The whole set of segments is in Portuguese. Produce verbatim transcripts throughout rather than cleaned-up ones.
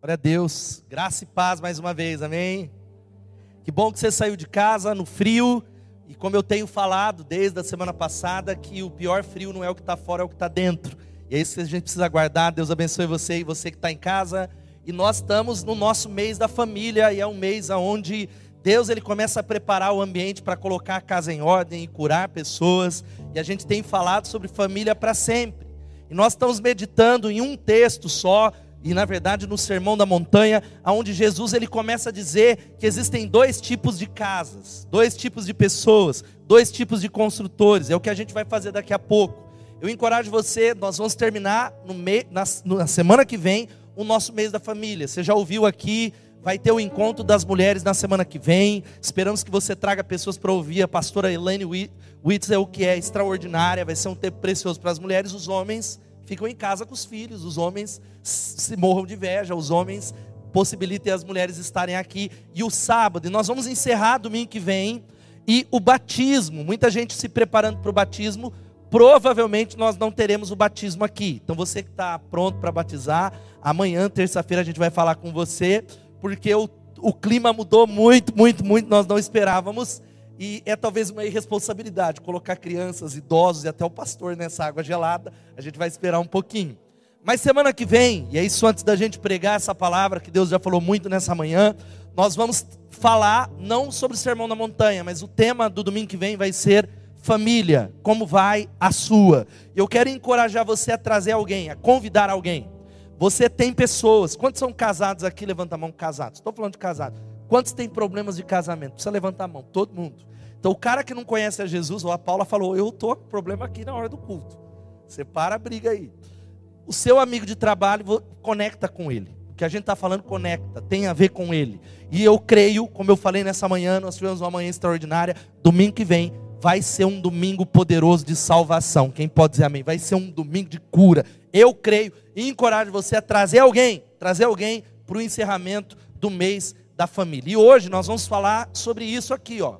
Glória a Deus, graça e paz mais uma vez, amém? Que bom que você saiu de casa no frio, e como eu tenho falado desde a semana passada, que o pior frio não é o que está fora, é o que está dentro. E é isso que a gente precisa guardar. Deus abençoe você e você que está em casa. E nós estamos no nosso mês da família, e é um mês onde Deus ele começa a preparar o ambiente para colocar a casa em ordem e curar pessoas. E a gente tem falado sobre família para sempre. E nós estamos meditando em um texto só, e na verdade no Sermão da Montanha, onde Jesus ele começa a dizer que existem dois tipos de casas, dois tipos de pessoas, dois tipos de construtores. É o que a gente vai fazer daqui a pouco. Eu encorajo você, nós vamos terminar no me... na... na semana que vem o nosso mês da família. Você já ouviu aqui, vai ter o encontro das mulheres na semana que vem. Esperamos que você traga pessoas para ouvir a pastora Elaine Witzel, que é extraordinária. Vai ser um tempo precioso para as mulheres. Os homens ficam em casa com os filhos, os homens se morram de inveja, os homens possibilitem as mulheres estarem aqui. E o sábado, e nós vamos encerrar domingo que vem, e o batismo, muita gente se preparando para o batismo. Provavelmente nós não teremos o batismo aqui. Então você que está pronto para batizar, amanhã, terça-feira, a gente vai falar com você, porque o, o clima mudou muito, muito, muito, nós não esperávamos. E é talvez uma irresponsabilidade colocar crianças, idosos e até o pastor nessa água gelada. A gente vai esperar um pouquinho. Mas semana que vem, e é isso antes da gente pregar essa palavra, que Deus já falou muito nessa manhã, nós vamos falar não sobre o Sermão da Montanha, mas o tema do domingo que vem vai ser família, como vai a sua. Eu quero encorajar você a trazer alguém, a convidar alguém. Você tem pessoas, quantos são casados aqui? Levanta a mão, casados. Estou falando de casados. Quantos têm problemas de casamento? Precisa levantar a mão, todo mundo. Então o cara que não conhece a Jesus, ou a Paula falou, eu estou com problema aqui na hora do culto. Separa a briga aí. O seu amigo de trabalho, conecta com ele. O que a gente está falando, conecta, tem a ver com ele. E eu creio, como eu falei nessa manhã, nós tivemos uma manhã extraordinária, domingo que vem, vai ser um domingo poderoso de salvação. Quem pode dizer amém? Vai ser um domingo de cura. Eu creio e encorajo você a trazer alguém, trazer alguém para o encerramento do mês da família. E hoje nós vamos falar sobre isso aqui, ó,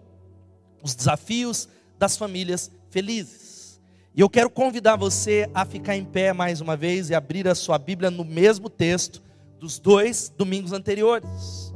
os desafios das famílias felizes. E eu quero convidar você a ficar em pé mais uma vez e abrir a sua Bíblia no mesmo texto dos dois domingos anteriores.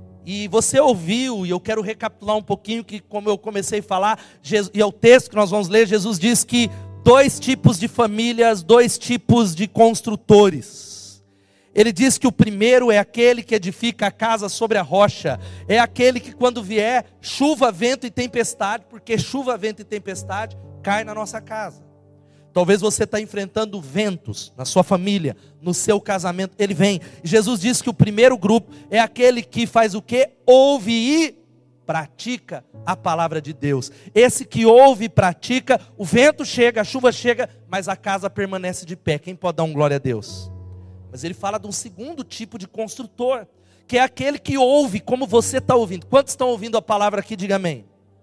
E você ouviu, e eu quero recapitular um pouquinho, que como eu comecei a falar, e é o texto que nós vamos ler, Jesus diz que dois tipos de famílias, dois tipos de construtores. Ele diz que o primeiro é aquele que edifica a casa sobre a rocha, é aquele que quando vier chuva, vento e tempestade, porque chuva, vento e tempestade cai na nossa casa. Talvez você está enfrentando ventos na sua família, no seu casamento, ele vem. Jesus diz que o primeiro grupo é aquele que faz o quê? Ouve e pratica a palavra de Deus. Esse que ouve e pratica, o vento chega, a chuva chega, mas a casa permanece de pé. Quem pode dar um glória a Deus? Mas ele fala de um segundo tipo de construtor, que é aquele que ouve como você está ouvindo. Quantos estão ouvindo a palavra aqui? Diga amém.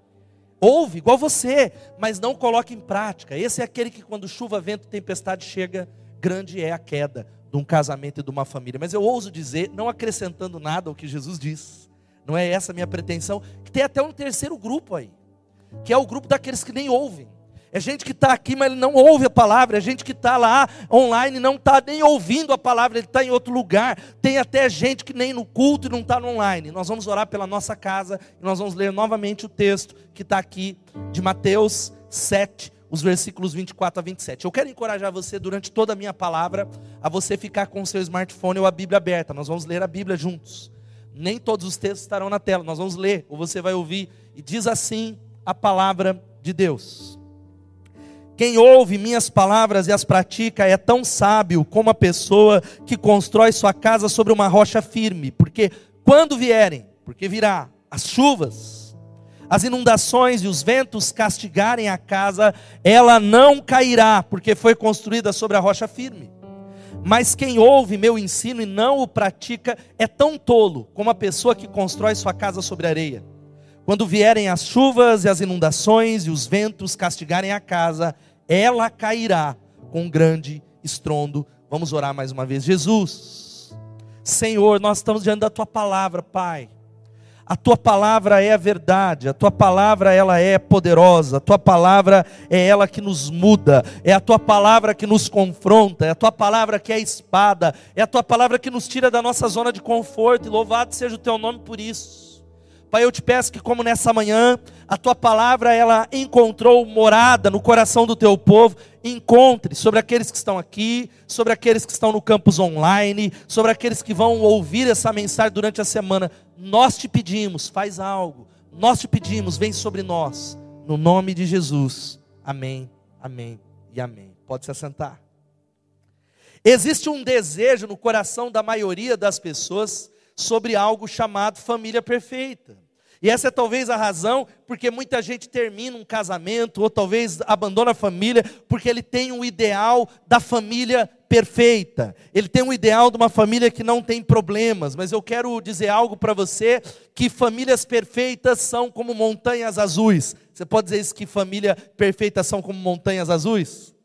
Ouve, igual você, mas não coloca em prática. Esse é aquele que quando chuva, vento, tempestade chega, grande é a queda de um casamento e de uma família. Mas eu ouso dizer, não acrescentando nada ao que Jesus diz, não é essa a minha pretensão, que tem até um terceiro grupo aí, que é o grupo daqueles que nem ouvem. É gente que está aqui, mas ele não ouve a palavra. É gente que está lá online e não está nem ouvindo a palavra. Ele está em outro lugar. Tem até gente que nem no culto e não está no online. Nós vamos orar pela nossa casa. E nós vamos ler novamente o texto que está aqui de Mateus sete, os versículos vinte e quatro a vinte e sete. Eu quero encorajar você durante toda a minha palavra a você ficar com o seu smartphone ou a Bíblia aberta. Nós vamos ler a Bíblia juntos. Nem todos os textos estarão na tela. Nós vamos ler ou você vai ouvir. E diz assim a palavra de Deus. Quem ouve minhas palavras e as pratica é tão sábio como a pessoa que constrói sua casa sobre uma rocha firme. Porque quando vierem, porque virá as chuvas, as inundações e os ventos castigarem a casa, ela não cairá, porque foi construída sobre a rocha firme. Mas quem ouve meu ensino e não o pratica é tão tolo como a pessoa que constrói sua casa sobre areia. Quando vierem as chuvas e as inundações e os ventos castigarem a casa, ela cairá com um grande estrondo. Vamos orar mais uma vez. Jesus, Senhor, nós estamos diante da Tua palavra, Pai. A tua palavra é a verdade, a tua palavra ela é poderosa, a tua palavra é ela que nos muda, é a tua palavra que nos confronta, é a tua palavra que é a espada, é a tua palavra que nos tira da nossa zona de conforto, e louvado seja o teu nome por isso. Pai, eu te peço que como nessa manhã, a tua palavra ela encontrou morada no coração do teu povo, encontre sobre aqueles que estão aqui, sobre aqueles que estão no campus online, sobre aqueles que vão ouvir essa mensagem durante a semana. Nós te pedimos, faz algo, nós te pedimos, vem sobre nós, no nome de Jesus, amém, amém e amém. Pode se assentar. Existe um desejo no coração da maioria das pessoas sobre algo chamado família perfeita. E essa é talvez a razão porque muita gente termina um casamento, ou talvez abandona a família, porque ele tem um ideal da família perfeita. Ele tem um ideal de uma família que não tem problemas. Mas eu quero dizer algo para você, que famílias perfeitas são como montanhas azuis. Você pode dizer isso, que família perfeita são como montanhas azuis?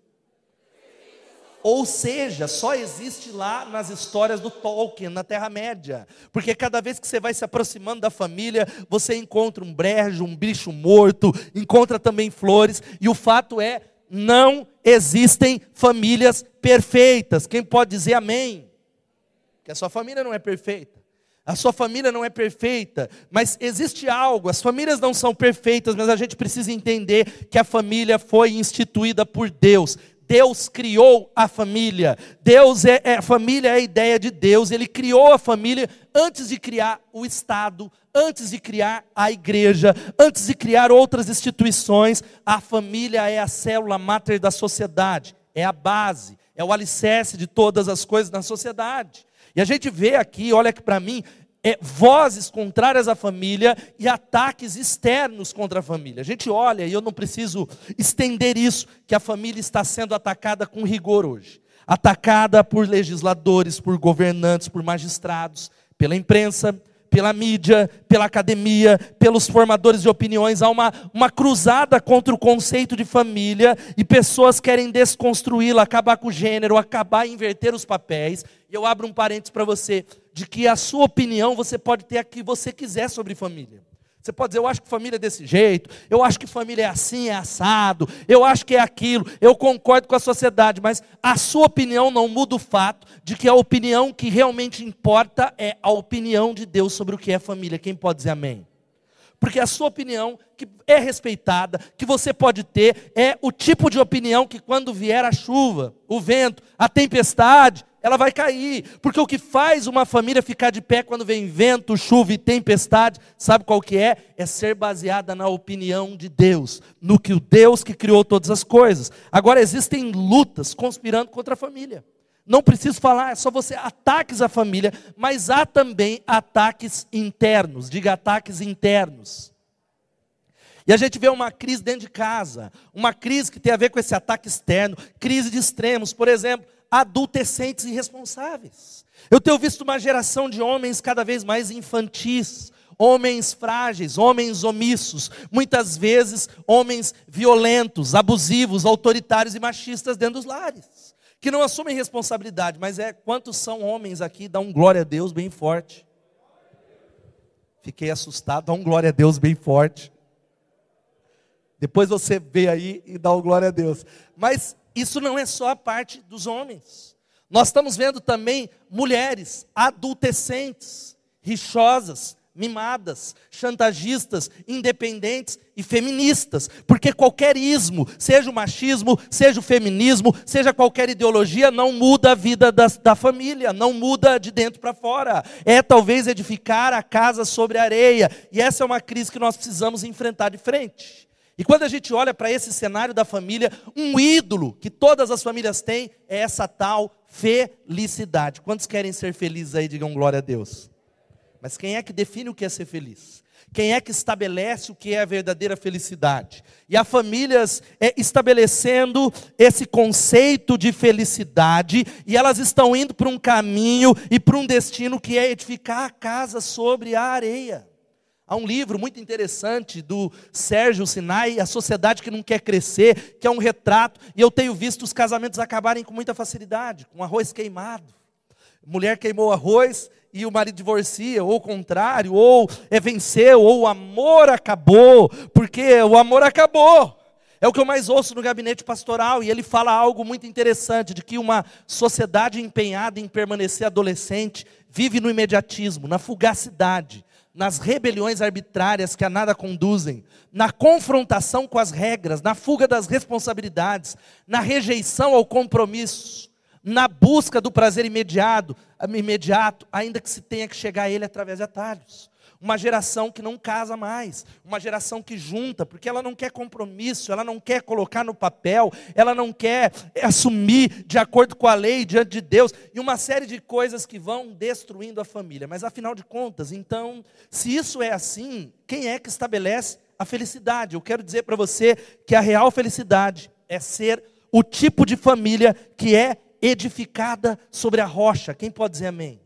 Ou seja, só existe lá nas histórias do Tolkien, na Terra-média. Porque cada vez que você vai se aproximando da família, você encontra um brejo, um bicho morto, encontra também flores. E o fato é, não existem famílias perfeitas. Quem pode dizer amém? Que a sua família não é perfeita. A sua família não é perfeita, mas existe algo, as famílias não são perfeitas, mas a gente precisa entender que a família foi instituída por Deus. Deus criou a família, Deus é, é, a família é a ideia de Deus, Ele criou a família antes de criar o Estado, antes de criar a igreja, antes de criar outras instituições. A família é a célula máter da sociedade, é a base, é o alicerce de todas as coisas na sociedade. E a gente vê aqui, olha aqui para mim, É, vozes contrárias à família e ataques externos contra a família. A gente olha, e eu não preciso estender isso, que a família está sendo atacada com rigor hoje. Atacada por legisladores, por governantes, por magistrados, pela imprensa, pela mídia, pela academia, pelos formadores de opiniões. Há uma, uma cruzada contra o conceito de família, e pessoas querem desconstruí-la, acabar com o gênero, acabar, inverter os papéis. E eu abro um parênteses para você, de que a sua opinião você pode ter a que você quiser sobre família. Você pode dizer, eu acho que família é desse jeito, eu acho que família é assim, é assado, eu acho que é aquilo, eu concordo com a sociedade, mas a sua opinião não muda o fato de que a opinião que realmente importa é a opinião de Deus sobre o que é família. Quem pode dizer amém? Porque a sua opinião, que é respeitada, que você pode ter, é o tipo de opinião que quando vier a chuva, o vento, a tempestade, ela vai cair. Porque o que faz uma família ficar de pé quando vem vento, chuva e tempestade, sabe qual que é? É ser baseada na opinião de Deus, no que o Deus que criou todas as coisas. Agora existem lutas conspirando contra a família. Não preciso falar, é só você, ataques à família, mas há também ataques internos. Diga, ataques internos. E a gente vê uma crise dentro de casa, uma crise que tem a ver com esse ataque externo, crise de extremos. Por exemplo, adolescentes irresponsáveis. Eu tenho visto uma geração de homens cada vez mais infantis, homens frágeis, homens omissos, muitas vezes homens violentos, abusivos, autoritários e machistas dentro dos lares, que não assumem responsabilidade. Mas é, quantos são homens aqui? Dá um glória a Deus bem forte. Fiquei assustado, dá um glória a Deus bem forte. Depois você vê aí e dá um glória a Deus. Mas isso não é só a parte dos homens. Nós estamos vendo também mulheres adolescentes, rixosas, mimadas, chantagistas, independentes e feministas. Porque qualquer ismo, seja o machismo, seja o feminismo, seja qualquer ideologia, não muda a vida da, da família, não muda de dentro para fora. É talvez edificar a casa sobre a areia. E essa é uma crise que nós precisamos enfrentar de frente. E quando a gente olha para esse cenário da família, um ídolo que todas as famílias têm é essa tal felicidade. Quantos querem ser felizes aí? Digam glória a Deus. Mas quem é que define o que é ser feliz? Quem é que estabelece o que é a verdadeira felicidade? E há famílias é, estabelecendo esse conceito de felicidade, e elas estão indo para um caminho e para um destino que é edificar a casa sobre a areia. Há um livro muito interessante do Sérgio Sinai, A Sociedade que Não Quer Crescer, que é um retrato, e eu tenho visto os casamentos acabarem com muita facilidade, com arroz queimado. Mulher queimou arroz e o marido divorcia, ou o contrário, ou é venceu, ou o amor acabou, porque o amor acabou. É o que eu mais ouço no gabinete pastoral, e ele fala algo muito interessante, de que uma sociedade empenhada em permanecer adolescente, vive no imediatismo, na fugacidade, nas rebeliões arbitrárias que a nada conduzem, na confrontação com as regras, na fuga das responsabilidades, na rejeição ao compromisso, na busca do prazer imediato, imediato, ainda que se tenha que chegar a ele através de atalhos. Uma geração que não casa mais, uma geração que junta, porque ela não quer compromisso, ela não quer colocar no papel, ela não quer assumir de acordo com a lei diante de Deus, e uma série de coisas que vão destruindo a família. Mas afinal de contas, então, se isso é assim, quem é que estabelece a felicidade? Eu quero dizer para você que a real felicidade é ser o tipo de família que é edificada sobre a rocha. Quem pode dizer amém?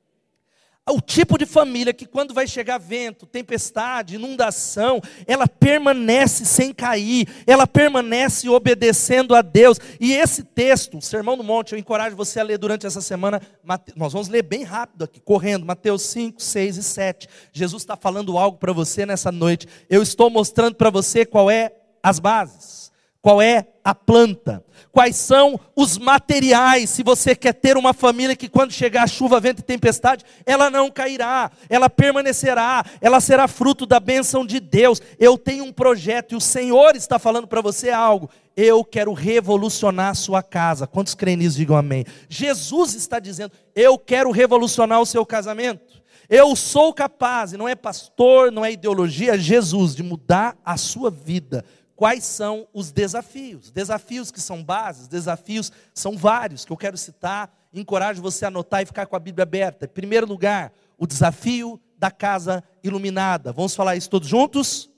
O tipo de família que quando vai chegar vento, tempestade, inundação, ela permanece sem cair, ela permanece obedecendo a Deus. E esse texto, o Sermão do Monte, eu encorajo você a ler durante essa semana. Nós vamos ler bem rápido aqui, correndo, Mateus cinco, seis e sete. Jesus está falando algo para você nessa noite. Eu estou mostrando para você qual é as bases, qual é a planta, quais são os materiais, se você quer ter uma família que quando chegar chuva, vento e tempestade, ela não cairá, ela permanecerá, ela será fruto da bênção de Deus. Eu tenho um projeto e o Senhor está falando para você algo. Eu quero revolucionar a sua casa. Quantos creem nisso, digam amém. Jesus está dizendo, eu quero revolucionar o seu casamento. Eu sou capaz, e não é pastor, não é ideologia, é Jesus, de mudar a sua vida. Quais são os desafios? Desafios que são bases, desafios são vários, que eu quero citar, encorajo você a anotar e ficar com a Bíblia aberta. Em primeiro lugar, o desafio da casa iluminada. Vamos falar isso todos juntos?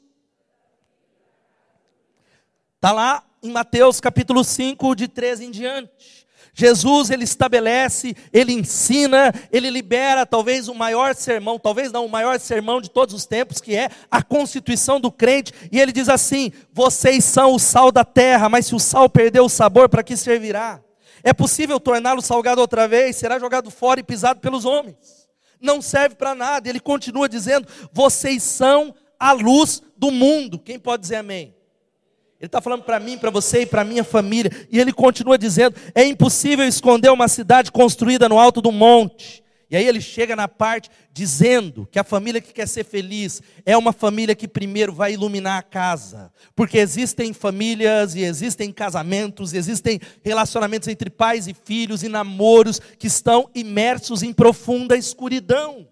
Está lá em Mateus capítulo cinco, de treze em diante. Jesus, ele estabelece, ele ensina, ele libera talvez o maior sermão, talvez não, o maior sermão de todos os tempos, que é a constituição do crente, e ele diz assim, vocês são o sal da terra, mas se o sal perder o sabor, para que servirá? É possível torná-lo salgado outra vez? Será jogado fora e pisado pelos homens. Não serve para nada. Ele continua dizendo, vocês são a luz do mundo. Quem pode dizer amém? Ele está falando para mim, para você e para a minha família. E ele continua dizendo, é impossível esconder uma cidade construída no alto do monte. E aí ele chega na parte dizendo que a família que quer ser feliz é uma família que primeiro vai iluminar a casa. Porque existem famílias e existem casamentos, existem relacionamentos entre pais e filhos e namoros que estão imersos em profunda escuridão.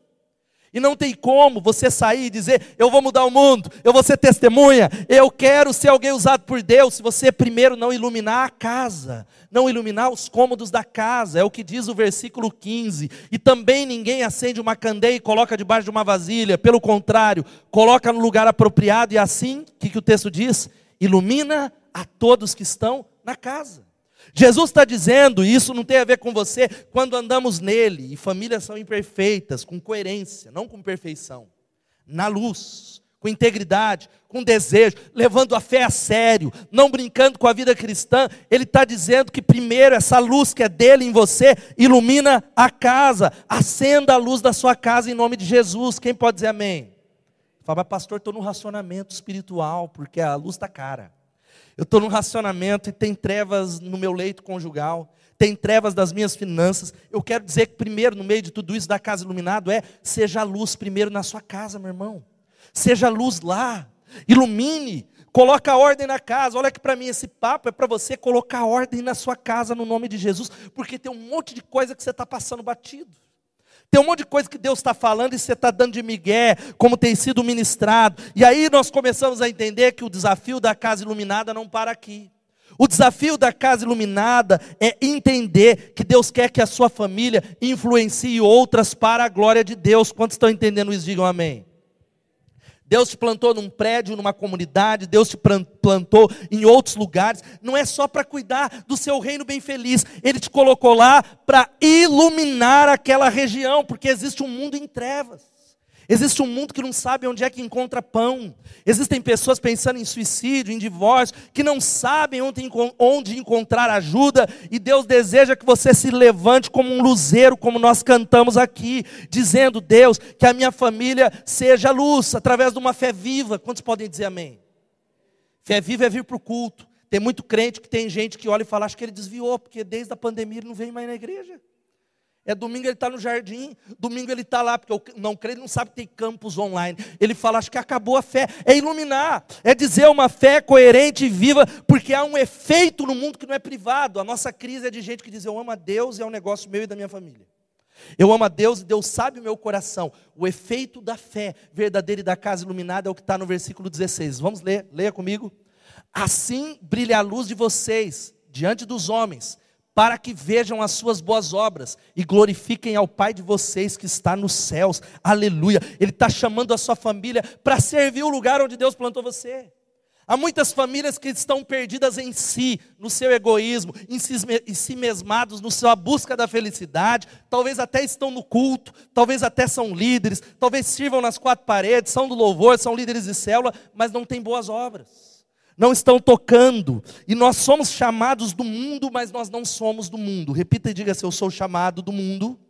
E não tem como você sair e dizer, eu vou mudar o mundo, eu vou ser testemunha, eu quero ser alguém usado por Deus, se você primeiro não iluminar a casa, não iluminar os cômodos da casa, é o que diz o versículo quinze, e também ninguém acende uma candeia e coloca debaixo de uma vasilha, pelo contrário, coloca no lugar apropriado, e assim, o que, que o texto diz? Ilumina a todos que estão na casa. Jesus está dizendo, e isso não tem a ver com você, quando andamos nele, e famílias são imperfeitas, com coerência, não com perfeição, na luz, com integridade, com desejo, levando a fé a sério, não brincando com a vida cristã, ele está dizendo que primeiro essa luz que é dele em você, ilumina a casa, acenda a luz da sua casa em nome de Jesus. Quem pode dizer amém? Fala, mas pastor, estou num racionamento espiritual, porque a luz está cara. Eu estou num racionamento e tem trevas no meu leito conjugal, tem trevas das minhas finanças. Eu quero dizer que primeiro, no meio de tudo isso da casa iluminada, é, seja a luz primeiro na sua casa, meu irmão. Seja a luz lá, ilumine, coloca ordem na casa. Olha que para mim esse papo é para você colocar ordem na sua casa no nome de Jesus, porque tem um monte de coisa que você está passando batido. Tem um monte de coisa que Deus está falando e você está dando de migué, como tem sido ministrado. E aí nós começamos a entender que o desafio da casa iluminada não para aqui. O desafio da casa iluminada é entender que Deus quer que a sua família influencie outras para a glória de Deus. Quantos estão entendendo isso? Digam amém. Deus te plantou num prédio, numa comunidade, Deus te plantou em outros lugares, não é só para cuidar do seu reino bem feliz, Ele te colocou lá para iluminar aquela região, porque existe um mundo em trevas, Existe um mundo que não sabe onde é que encontra pão. Existem pessoas pensando em suicídio, em divórcio, que não sabem onde, onde encontrar ajuda. E Deus deseja que você se levante como um luzeiro, como nós cantamos aqui, dizendo: Deus, que a minha família seja luz, através de uma fé viva. Quantos podem dizer amém? Fé viva é vir para o culto. Tem muito crente que tem gente que olha e fala: acho que ele desviou, porque desde a pandemia ele não veio mais na igreja. É domingo ele está no jardim, domingo ele está lá, porque o não crê, ele não sabe que tem campus online. Ele fala: acho que acabou a fé. É iluminar, é dizer uma fé coerente e viva, porque há um efeito no mundo que não é privado. A nossa crise é de gente que diz: eu amo a Deus e é um negócio meu e da minha família. Eu amo a Deus e Deus sabe o meu coração. O efeito da fé verdadeira e da casa iluminada é o que está no versículo dezesseis. Vamos ler, leia comigo. Assim brilha a luz de vocês diante dos homens, para que vejam as suas boas obras e glorifiquem ao Pai de vocês que está nos céus. Aleluia. Ele está chamando a sua família para servir o lugar onde Deus plantou você. Há muitas famílias que estão perdidas em si, no seu egoísmo, em si, em si mesmados, na sua busca da felicidade. Talvez até estão no culto, talvez até são líderes, talvez sirvam nas quatro paredes, são do louvor, são líderes de célula, mas não têm boas obras. Não estão tocando, e nós somos chamados do mundo, mas nós não somos do mundo. Repita e diga assim: eu sou chamado do mundo,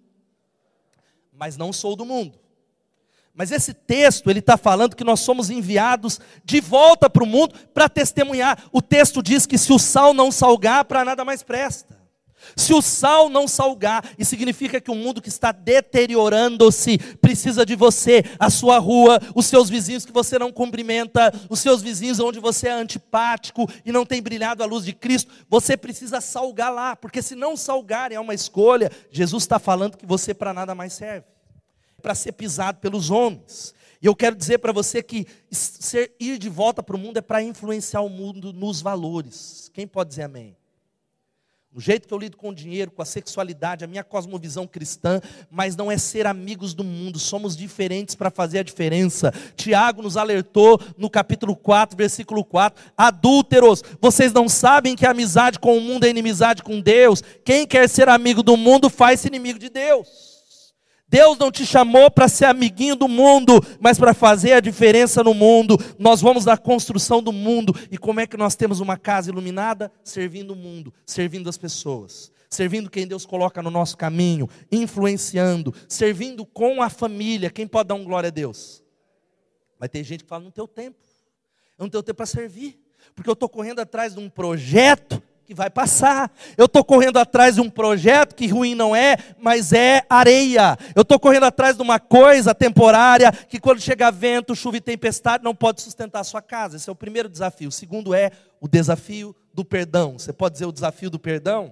mas não sou do mundo. Mas esse texto, ele está falando que nós somos enviados de volta para o mundo, para testemunhar. O texto diz que se o sal não salgar, para nada mais presta. Se o sal não salgar, isso significa que o mundo que está deteriorando-se precisa de você, a sua rua, os seus vizinhos que você não cumprimenta, os seus vizinhos onde você é antipático e não tem brilhado a luz de Cristo. Você precisa salgar lá, porque se não salgar é uma escolha. Jesus está falando que você para nada mais serve, para ser pisado pelos homens. E eu quero dizer para você que ser, ir de volta para o mundo é para influenciar o mundo nos valores. Quem pode dizer amém? O jeito que eu lido com o dinheiro, com a sexualidade, a minha cosmovisão cristã, mas não é ser amigos do mundo, somos diferentes para fazer a diferença. Tiago nos alertou no capítulo quatro, versículo quatro, adúlteros, vocês não sabem que a amizade com o mundo é inimizade com Deus? Quem quer ser amigo do mundo faz-se inimigo de Deus. Deus não te chamou para ser amiguinho do mundo, mas para fazer a diferença no mundo. Nós vamos na construção do mundo. E como é que nós temos uma casa iluminada? Servindo o mundo, servindo as pessoas, servindo quem Deus coloca no nosso caminho, influenciando, servindo com a família. Quem pode dar um glória a Deus? Vai ter gente que fala: não tenho tempo, eu não tenho tempo para servir, porque eu estou correndo atrás de um projeto que vai passar. Eu estou correndo atrás de um projeto que ruim não é, mas é areia. Eu estou correndo atrás de uma coisa temporária, que quando chega vento, chuva e tempestade, não pode sustentar a sua casa. Esse é o primeiro desafio. O segundo é o desafio do perdão. Você pode dizer o desafio do perdão?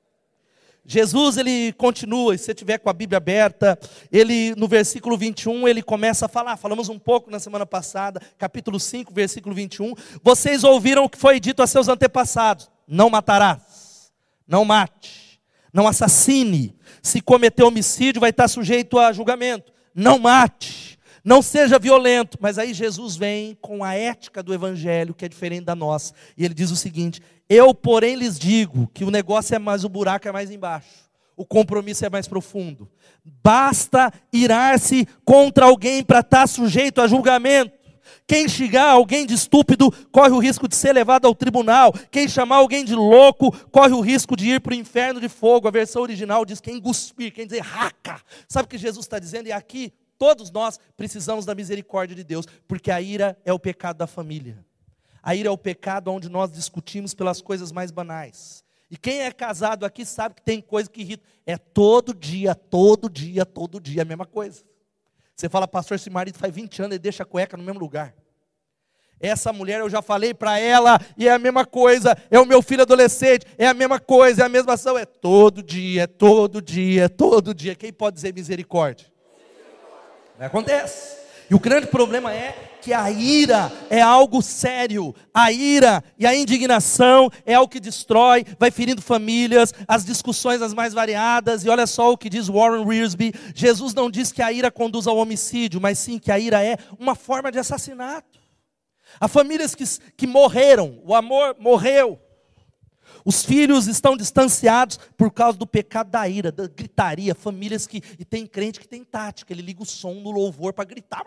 Jesus, ele continua, e se você tiver com a Bíblia aberta, ele no versículo vinte e um, ele começa a falar, falamos um pouco na semana passada, capítulo cinco, versículo vinte e um, vocês ouviram o que foi dito a seus antepassados: não matarás, não mate, não assassine, se cometer homicídio vai estar sujeito a julgamento, não mate, não seja violento. Mas aí Jesus vem com a ética do evangelho, que é diferente da nossa, e ele diz o seguinte: eu porém lhes digo que o negócio é mais, o buraco é mais embaixo, o compromisso é mais profundo, basta irar-se contra alguém para estar sujeito a julgamento. Quem xingar alguém de estúpido corre o risco de ser levado ao tribunal. Quem chamar alguém de louco corre o risco de ir para o inferno de fogo. A versão original diz quem cuspir, quem dizer raca. Sabe o que Jesus está dizendo? E aqui todos nós precisamos da misericórdia de Deus, porque a ira é o pecado da família. A ira é o pecado onde nós discutimos pelas coisas mais banais. E quem é casado aqui sabe que tem coisa que irrita. É todo dia, todo dia, todo dia a mesma coisa. Você fala: pastor, esse marido faz vinte anos e deixa a cueca no mesmo lugar. Essa mulher, eu já falei para ela, e é a mesma coisa. É o meu filho adolescente, é a mesma coisa, é a mesma ação. É todo dia, é todo dia, é todo dia. Quem pode dizer misericórdia? Não acontece. E o grande problema é que a ira é algo sério. A ira e a indignação é algo que destrói, vai ferindo famílias, as discussões as mais variadas. E olha só o que diz Warren Wiersbe: Jesus não diz que a ira conduz ao homicídio, mas sim que a ira é uma forma de assassinato. Há famílias que, que morreram, o amor morreu. Os filhos estão distanciados por causa do pecado da ira, da gritaria, famílias que... E tem crente que tem tática, ele liga o som no louvor para gritar.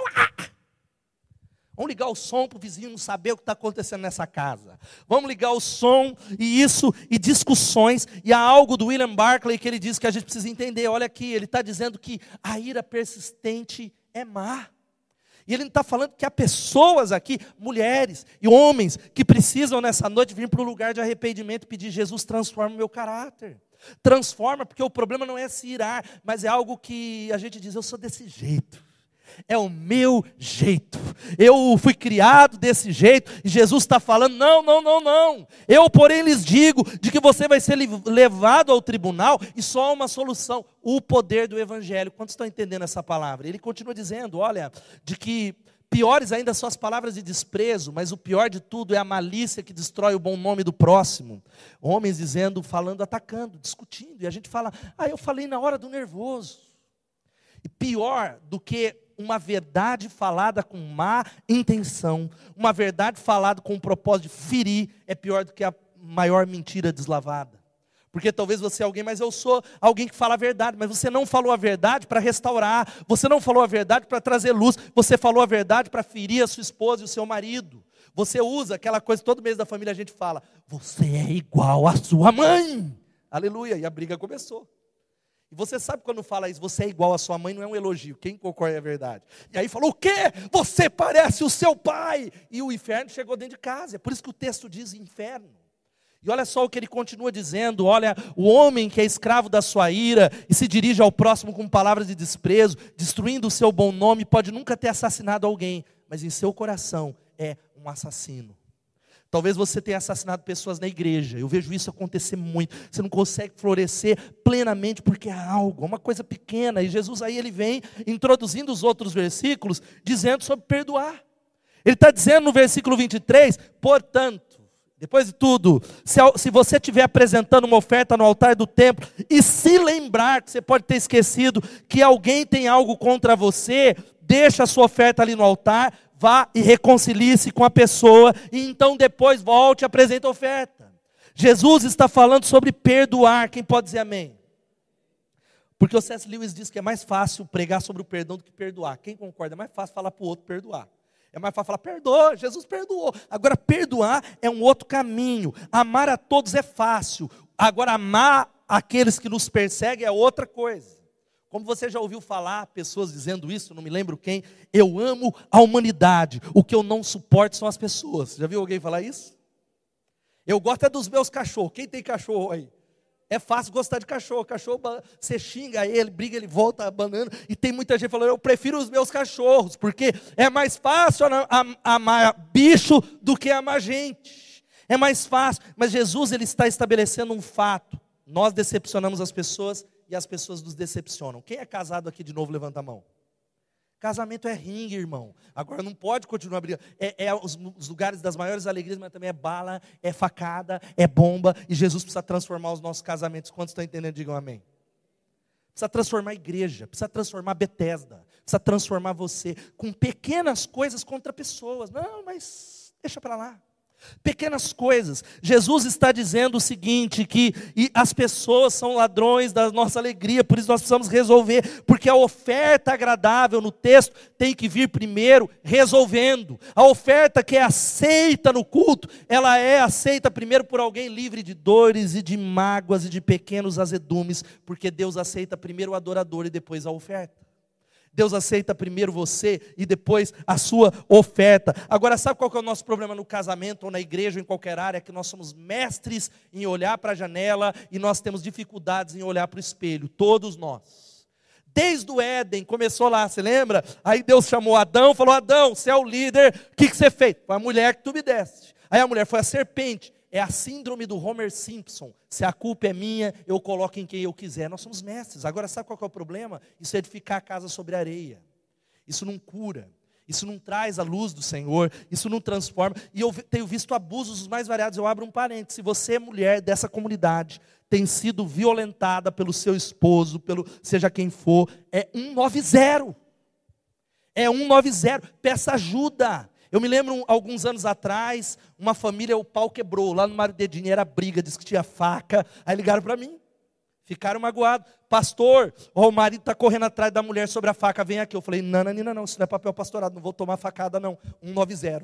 Vamos ligar o som para o vizinho não saber o que está acontecendo nessa casa. Vamos ligar o som e isso, e discussões. E há algo do William Barclay que ele diz que a gente precisa entender. Olha aqui, ele está dizendo que a ira persistente é má. E ele está falando que há pessoas aqui, mulheres e homens, que precisam nessa noite vir para o lugar de arrependimento e pedir: Jesus, transforma o meu caráter. Transforma, porque o problema não é se irar, mas é algo que a gente diz: eu sou desse jeito. É o meu jeito, eu fui criado desse jeito, e Jesus está falando: não, não, não, não, eu porém lhes digo, de que você vai ser levado ao tribunal, e só há uma solução: o poder do Evangelho. Quantos estão entendendo essa palavra? Ele continua dizendo, olha, de que piores ainda são as palavras de desprezo, mas o pior de tudo é a malícia que destrói o bom nome do próximo. Homens dizendo, falando, atacando, discutindo, e a gente fala: ah, eu falei na hora do nervoso. E pior do que uma verdade falada com má intenção, uma verdade falada com o propósito de ferir, é pior do que a maior mentira deslavada. Porque talvez você é alguém, mas eu sou alguém que fala a verdade, mas você não falou a verdade para restaurar, você não falou a verdade para trazer luz, você falou a verdade para ferir a sua esposa e o seu marido. Você usa aquela coisa, todo mês da família a gente fala: você é igual à sua mãe. Aleluia, e a briga começou. E você sabe quando fala isso, você é igual à sua mãe, não é um elogio, quem concorda é a verdade. E aí falou: o quê? Você parece o seu pai. E o inferno chegou dentro de casa, é por isso que o texto diz inferno. E olha só o que ele continua dizendo: olha, o homem que é escravo da sua ira e se dirige ao próximo com palavras de desprezo, destruindo o seu bom nome, pode nunca ter assassinado alguém, mas em seu coração é um assassino. Talvez você tenha assassinado pessoas na igreja. Eu vejo isso acontecer muito. Você não consegue florescer plenamente porque é algo, uma coisa pequena. E Jesus aí ele vem introduzindo os outros versículos, dizendo sobre perdoar. Ele está dizendo no versículo vinte e três, portanto, depois de tudo, se, se você estiver apresentando uma oferta no altar do templo, e se lembrar que você pode ter esquecido que alguém tem algo contra você, deixa a sua oferta ali no altar, vá e reconcilie-se com a pessoa, e então depois volte e apresente a oferta. Jesus está falando sobre perdoar. Quem pode dizer amém? Porque o C S Lewis diz que é mais fácil pregar sobre o perdão do que perdoar. Quem concorda? É mais fácil falar para o outro perdoar. É mais fácil falar: perdoa, Jesus perdoou. Agora perdoar é um outro caminho. Amar a todos é fácil. Agora amar aqueles que nos perseguem é outra coisa. Como você já ouviu falar, pessoas dizendo isso, não me lembro quem: eu amo a humanidade, o que eu não suporto são as pessoas. Já viu alguém falar isso? Eu gosto é dos meus cachorros. Quem tem cachorro aí? É fácil gostar de cachorro. Cachorro, você xinga ele, briga, ele volta abanando. E tem muita gente falando: eu prefiro os meus cachorros, porque é mais fácil amar bicho do que amar gente. É mais fácil. Mas Jesus ele está estabelecendo um fato: nós decepcionamos as pessoas e as pessoas nos decepcionam. Quem é casado aqui de novo, levanta a mão. Casamento é ringue, irmão. Agora não pode continuar brigando. É, é os, os lugares das maiores alegrias, mas também é bala, é facada, é bomba. E Jesus precisa transformar os nossos casamentos. Quantos estão entendendo? Digam amém. Precisa transformar a igreja, precisa transformar a Bethesda, precisa transformar você com pequenas coisas contra pessoas. Não, mas deixa para lá. Pequenas coisas. Jesus está dizendo o seguinte, que e as pessoas são ladrões da nossa alegria, por isso nós precisamos resolver, porque a oferta agradável no texto tem que vir primeiro resolvendo. A oferta que é aceita no culto, ela é aceita primeiro por alguém livre de dores e de mágoas e de pequenos azedumes, porque Deus aceita primeiro o adorador e depois a oferta. Deus aceita primeiro você e depois a sua oferta. Agora, sabe qual que é o nosso problema no casamento ou na igreja ou em qualquer área? É que nós somos mestres em olhar para a janela e nós temos dificuldades em olhar para o espelho, todos nós. Desde o Éden, começou lá, você lembra? Aí Deus chamou Adão, falou: Adão, você é o líder, o que, que você fez? Foi a mulher que tu me deste. Aí a mulher foi a serpente. É a síndrome do Homer Simpson. Se a culpa é minha, eu coloco em quem eu quiser. Nós somos mestres. Agora, sabe qual que é o problema? Isso é edificar a casa sobre areia. Isso não cura. Isso não traz a luz do Senhor. Isso não transforma. E eu tenho visto abusos os mais variados. Eu abro um parênteses. Se você é mulher dessa comunidade, tem sido violentada pelo seu esposo, pelo seja quem for, é cento e noventa. É cento e noventa. Peça ajuda. Eu me lembro, alguns anos atrás, uma família, o pau quebrou, lá no Mário Dedinho, era briga, disse que tinha faca, aí ligaram para mim, ficaram magoados. Pastor, ó, o marido está correndo atrás da mulher sobre a faca, vem aqui. Eu falei, não, não, não, não, isso não é papel pastorado, não vou tomar facada não, um nove zero.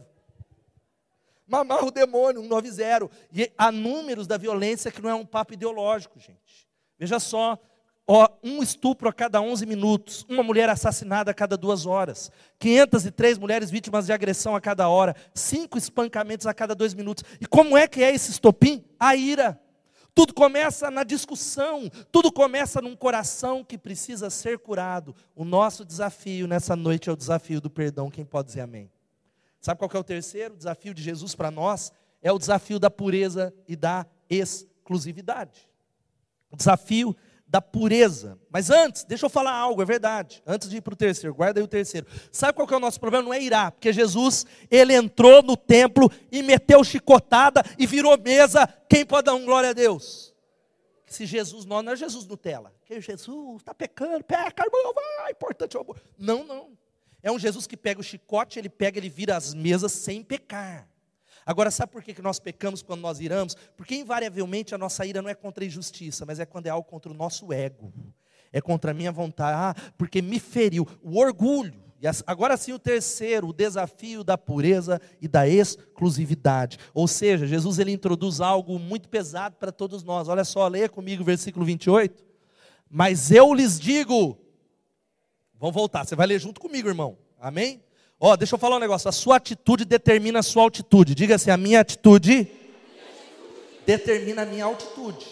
Mamar o demônio, um nove zero. E há números da violência que não é um papo ideológico, gente. Veja só, ó, um estupro a cada onze minutos, uma mulher assassinada a cada duas horas, quinhentas e três mulheres vítimas de agressão a cada hora, cinco espancamentos a cada dois minutos. E como é que é esse estopim? A ira. Tudo começa na discussão, tudo começa num coração que precisa ser curado. O nosso desafio nessa noite é o desafio do perdão. Quem pode dizer amém? Sabe qual que é o terceiro? O desafio de Jesus para nós é o desafio da pureza e da exclusividade. O desafio da pureza. Mas antes, deixa eu falar algo, é verdade. Antes de ir para o terceiro, guarda aí o terceiro. Sabe qual que é o nosso problema? Não é irar, porque Jesus, ele entrou no templo e meteu chicotada e virou mesa. Quem pode dar um glória a Deus? Se Jesus, não, não é Jesus Nutella. Que Jesus está pecando, peca, irmão, vai, importante é o amor. Não, não. É um Jesus que pega o chicote, ele pega, ele vira as mesas sem pecar. Agora, sabe por que que nós pecamos quando nós iramos? Porque invariavelmente a nossa ira não é contra a injustiça, mas é quando é algo contra o nosso ego. É contra a minha vontade, ah, porque me feriu. O orgulho. E agora sim o terceiro, o desafio da pureza e da exclusividade. Ou seja, Jesus ele introduz algo muito pesado para todos nós. Olha só, leia comigo o versículo vinte e oito. Mas eu lhes digo... Vamos voltar, você vai ler junto comigo, irmão. Amém? Ó, oh, deixa eu falar um negócio. A sua atitude determina a sua altitude. Diga assim, a minha atitude, a minha atitude determina a minha altitude.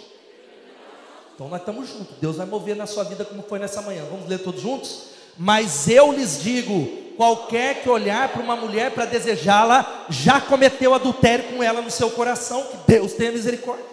Então nós estamos juntos. Deus vai mover na sua vida como foi nessa manhã. Vamos ler todos juntos? Mas eu lhes digo, qualquer que olhar para uma mulher para desejá-la, já cometeu adultério com ela no seu coração. Que Deus tenha misericórdia.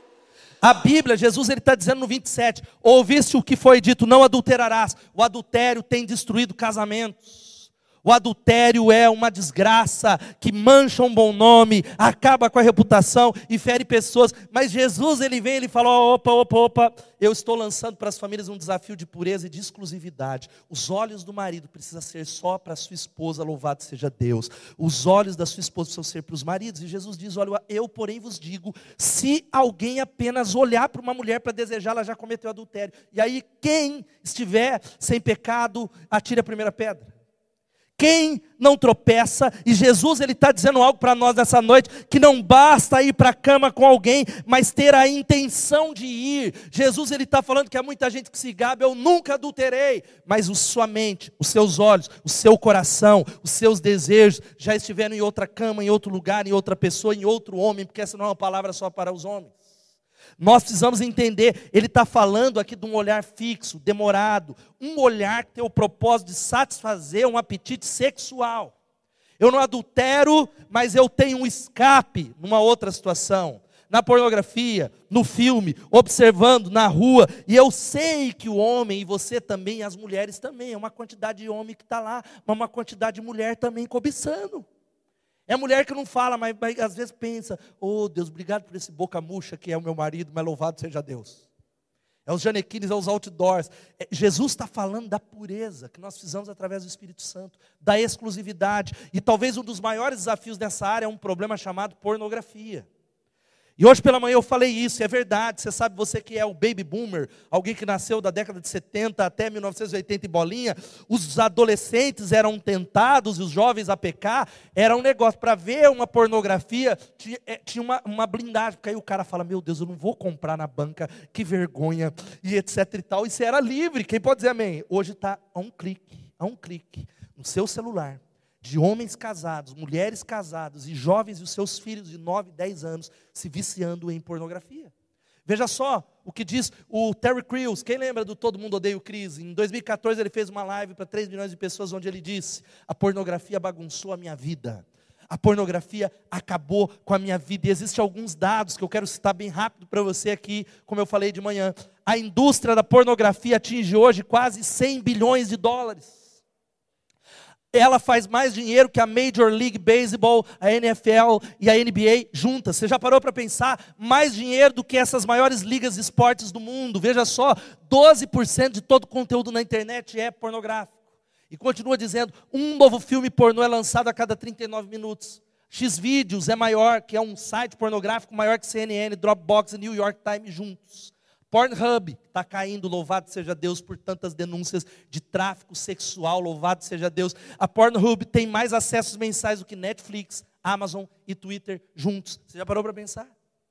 A Bíblia, Jesus ele está dizendo no vinte e sete, ouviste o que foi dito, não adulterarás. O adultério tem destruído casamentos. O adultério é uma desgraça que mancha um bom nome, acaba com a reputação e fere pessoas. Mas Jesus ele vem e ele fala, opa, opa, opa, eu estou lançando para as famílias um desafio de pureza e de exclusividade. Os olhos do marido precisam ser só para a sua esposa, louvado seja Deus. Os olhos da sua esposa precisam ser para os maridos. E Jesus diz, olha, eu porém vos digo, se alguém apenas olhar para uma mulher para desejá-la, já cometeu adultério. E aí quem estiver sem pecado, atire a primeira pedra. Quem não tropeça, e Jesus ele está dizendo algo para nós nessa noite, que não basta ir para a cama com alguém, mas ter a intenção de ir. Jesus ele está falando que há muita gente que se gaba, eu nunca adulterei, mas a sua mente, os seus olhos, o seu coração, os seus desejos, já estiveram em outra cama, em outro lugar, em outra pessoa, em outro homem, porque essa não é uma palavra só para os homens. Nós precisamos entender, ele está falando aqui de um olhar fixo, demorado, um olhar que tem o propósito de satisfazer um apetite sexual. Eu não adultero, mas eu tenho um escape numa outra situação, na pornografia, no filme, observando na rua, e eu sei que o homem, e você também, e as mulheres também, é uma quantidade de homem que está lá, mas uma quantidade de mulher também cobiçando. É mulher que não fala, mas, mas às vezes pensa, oh Deus, obrigado por esse boca murcha que é o meu marido, mas louvado seja Deus. É os janequines, é os outdoors. É, Jesus está falando da pureza, que nós fizemos através do Espírito Santo, da exclusividade. E talvez um dos maiores desafios nessa área é um problema chamado pornografia. E hoje pela manhã eu falei isso, é verdade. Você sabe, você que é o baby boomer, alguém que nasceu da década de setenta até mil novecentos e oitenta e bolinha, os adolescentes eram tentados, e os jovens a pecar, era um negócio, para ver uma pornografia, tinha, tinha uma, uma blindagem, porque aí o cara fala, meu Deus, eu não vou comprar na banca, que vergonha, e etc e tal, isso era livre, quem pode dizer amém? Hoje está a um clique, a um clique, no seu celular, de homens casados, mulheres casadas e jovens e os seus filhos de nove, dez anos se viciando em pornografia. Veja só o que diz o Terry Crews. Quem lembra do Todo Mundo Odeia o Chris? Em dois mil e quatorze ele fez uma live para três milhões de pessoas onde ele disse, a pornografia bagunçou a minha vida. A pornografia acabou com a minha vida. E existem alguns dados que eu quero citar bem rápido para você aqui, como eu falei de manhã. A indústria da pornografia atinge hoje quase cem bilhões de dólares. Ela faz mais dinheiro que a Major League Baseball, a N F L e a N B A juntas. Você já parou para pensar? Mais dinheiro do que essas maiores ligas de esportes do mundo. Veja só, doze por cento de todo o conteúdo na internet é pornográfico. E continua dizendo, um novo filme pornô é lançado a cada trinta e nove minutos. Xvideos é maior, que é um site pornográfico maior que C N N, Dropbox e New York Times juntos. Pornhub está caindo, louvado seja Deus por tantas denúncias de tráfico sexual, louvado seja Deus. A Pornhub tem mais acessos mensais do que Netflix, Amazon e Twitter juntos. Você já parou para pensar?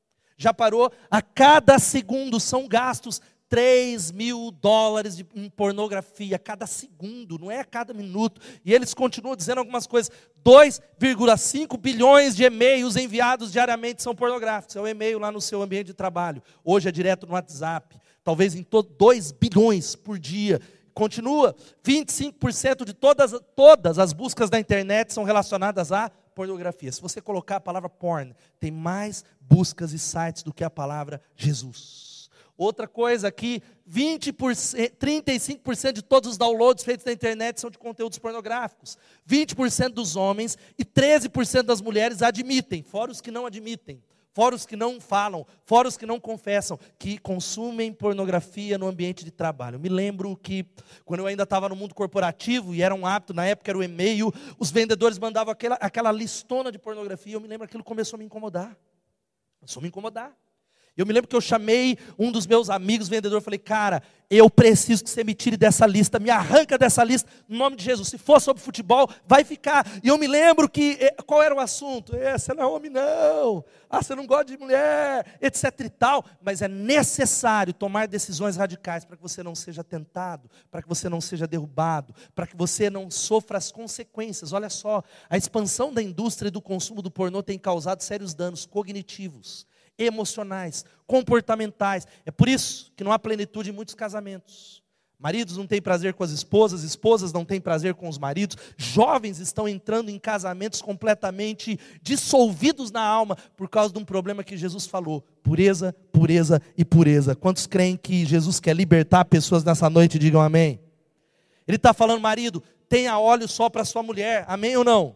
Já parou? A cada segundo são gastos três mil dólares de, em pornografia, a cada segundo, não é a cada minuto. E eles continuam dizendo algumas coisas. dois vírgula cinco bilhões de e-mails enviados diariamente são pornográficos. É o e-mail lá no seu ambiente de trabalho. Hoje é direto no WhatsApp. Talvez em todo dois bilhões por dia. Continua, vinte e cinco por cento de todas, todas as buscas da internet são relacionadas a pornografia. Se você colocar a palavra porn, tem mais buscas e sites do que a palavra Jesus. Outra coisa aqui, vinte por cento, trinta e cinco por cento de todos os downloads feitos na internet são de conteúdos pornográficos. vinte por cento dos homens e treze por cento das mulheres admitem, fora os que não admitem, fora os que não falam, fora os que não confessam, que consumem pornografia no ambiente de trabalho. Eu me lembro que, quando eu ainda estava no mundo corporativo, e era um hábito, na época era o e-mail, os vendedores mandavam aquela, aquela listona de pornografia, eu me lembro que aquilo começou a me incomodar. Começou a me incomodar. Eu me lembro que eu chamei um dos meus amigos vendedores, falei, cara, eu preciso que você me tire dessa lista, me arranca dessa lista, no nome de Jesus. Se for sobre futebol, vai ficar. E eu me lembro que, qual era o assunto? É, você não é homem não, ah, você não gosta de mulher, etc e tal. Mas é necessário tomar decisões radicais para que você não seja tentado, para que você não seja derrubado, para que você não sofra as consequências. Olha só, a expansão da indústria e do consumo do pornô tem causado sérios danos cognitivos, emocionais, comportamentais. É por isso que não há plenitude em muitos casamentos. Maridos não têm prazer com as esposas, esposas não têm prazer com os maridos. Jovens estão entrando em casamentos completamente dissolvidos na alma por causa de um problema que Jesus falou: pureza, pureza e pureza. Quantos creem que Jesus quer libertar pessoas nessa noite? Digam amém. Ele está falando, marido, tenha olhos só para sua mulher. Amém ou não?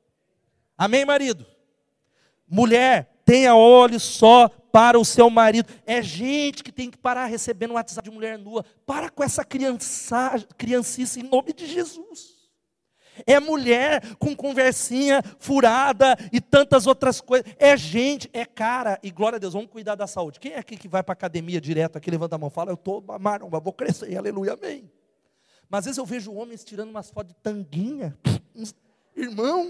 Amém, marido? Mulher, tenha olhos só para o seu marido. É gente que tem que parar recebendo um WhatsApp de mulher nua. Para com essa criança, criancice em nome de Jesus. É mulher com conversinha furada e tantas outras coisas. É gente, é cara. E glória a Deus, vamos cuidar da saúde. Quem é aqui que vai para a academia direto aqui, levanta a mão, fala, eu estou maromba, vou crescer, aleluia, amém. Mas às vezes eu vejo homens tirando umas fotos de tanguinha. Irmão,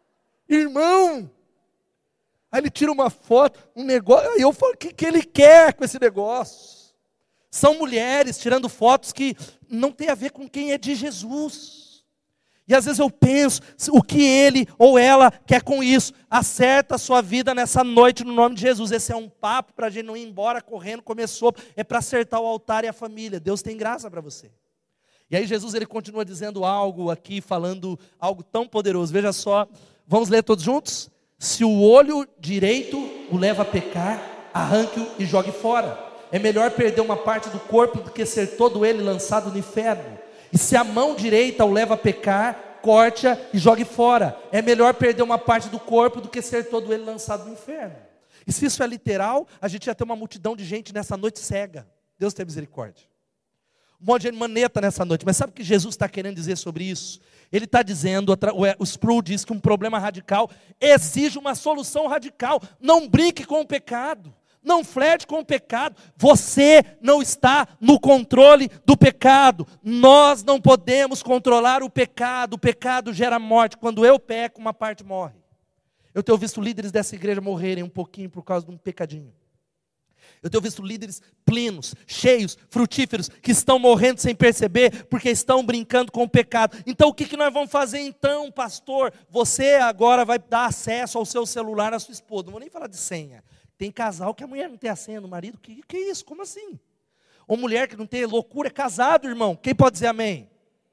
irmão. Aí ele tira uma foto, um negócio, aí eu falo, o que, que ele quer com esse negócio? São mulheres tirando fotos que não tem a ver com quem é de Jesus. E às vezes eu penso, o que ele ou ela quer com isso? Acerta a sua vida nessa noite no nome de Jesus. Esse é um papo para a gente não ir embora correndo, começou, é para acertar o altar e a família. Deus tem graça para você. E aí Jesus ele continua dizendo algo aqui, falando algo tão poderoso. Veja só, vamos ler todos juntos? Se o olho direito o leva a pecar, arranque-o e jogue fora. É melhor perder uma parte do corpo do que ser todo ele lançado no inferno. E se a mão direita o leva a pecar, corte-a e jogue fora. É melhor perder uma parte do corpo do que ser todo ele lançado no inferno. E se isso é literal, a gente ia ter uma multidão de gente nessa noite cega. Deus tenha misericórdia. Um monte de gente maneta nessa noite. Mas sabe o que Jesus está querendo dizer sobre isso? Ele está dizendo, o Sproul diz que um problema radical exige uma solução radical. Não brinque com o pecado, não flerte com o pecado. Você não está no controle do pecado. Nós não podemos controlar o pecado. O pecado gera morte. Quando eu peco, uma parte morre. Eu tenho visto líderes dessa igreja morrerem um pouquinho por causa de um pecadinho. Eu tenho visto líderes plenos, cheios, frutíferos, que estão morrendo sem perceber, porque estão brincando com o pecado. Então o que, que nós vamos fazer então, pastor? Você agora vai dar acesso ao seu celular à sua esposa. Não vou nem falar de senha. Tem casal que a mulher não tem a senha do marido. Que, que isso? Como assim? Ou mulher que não tem loucura, é casado, irmão. Quem pode dizer amém?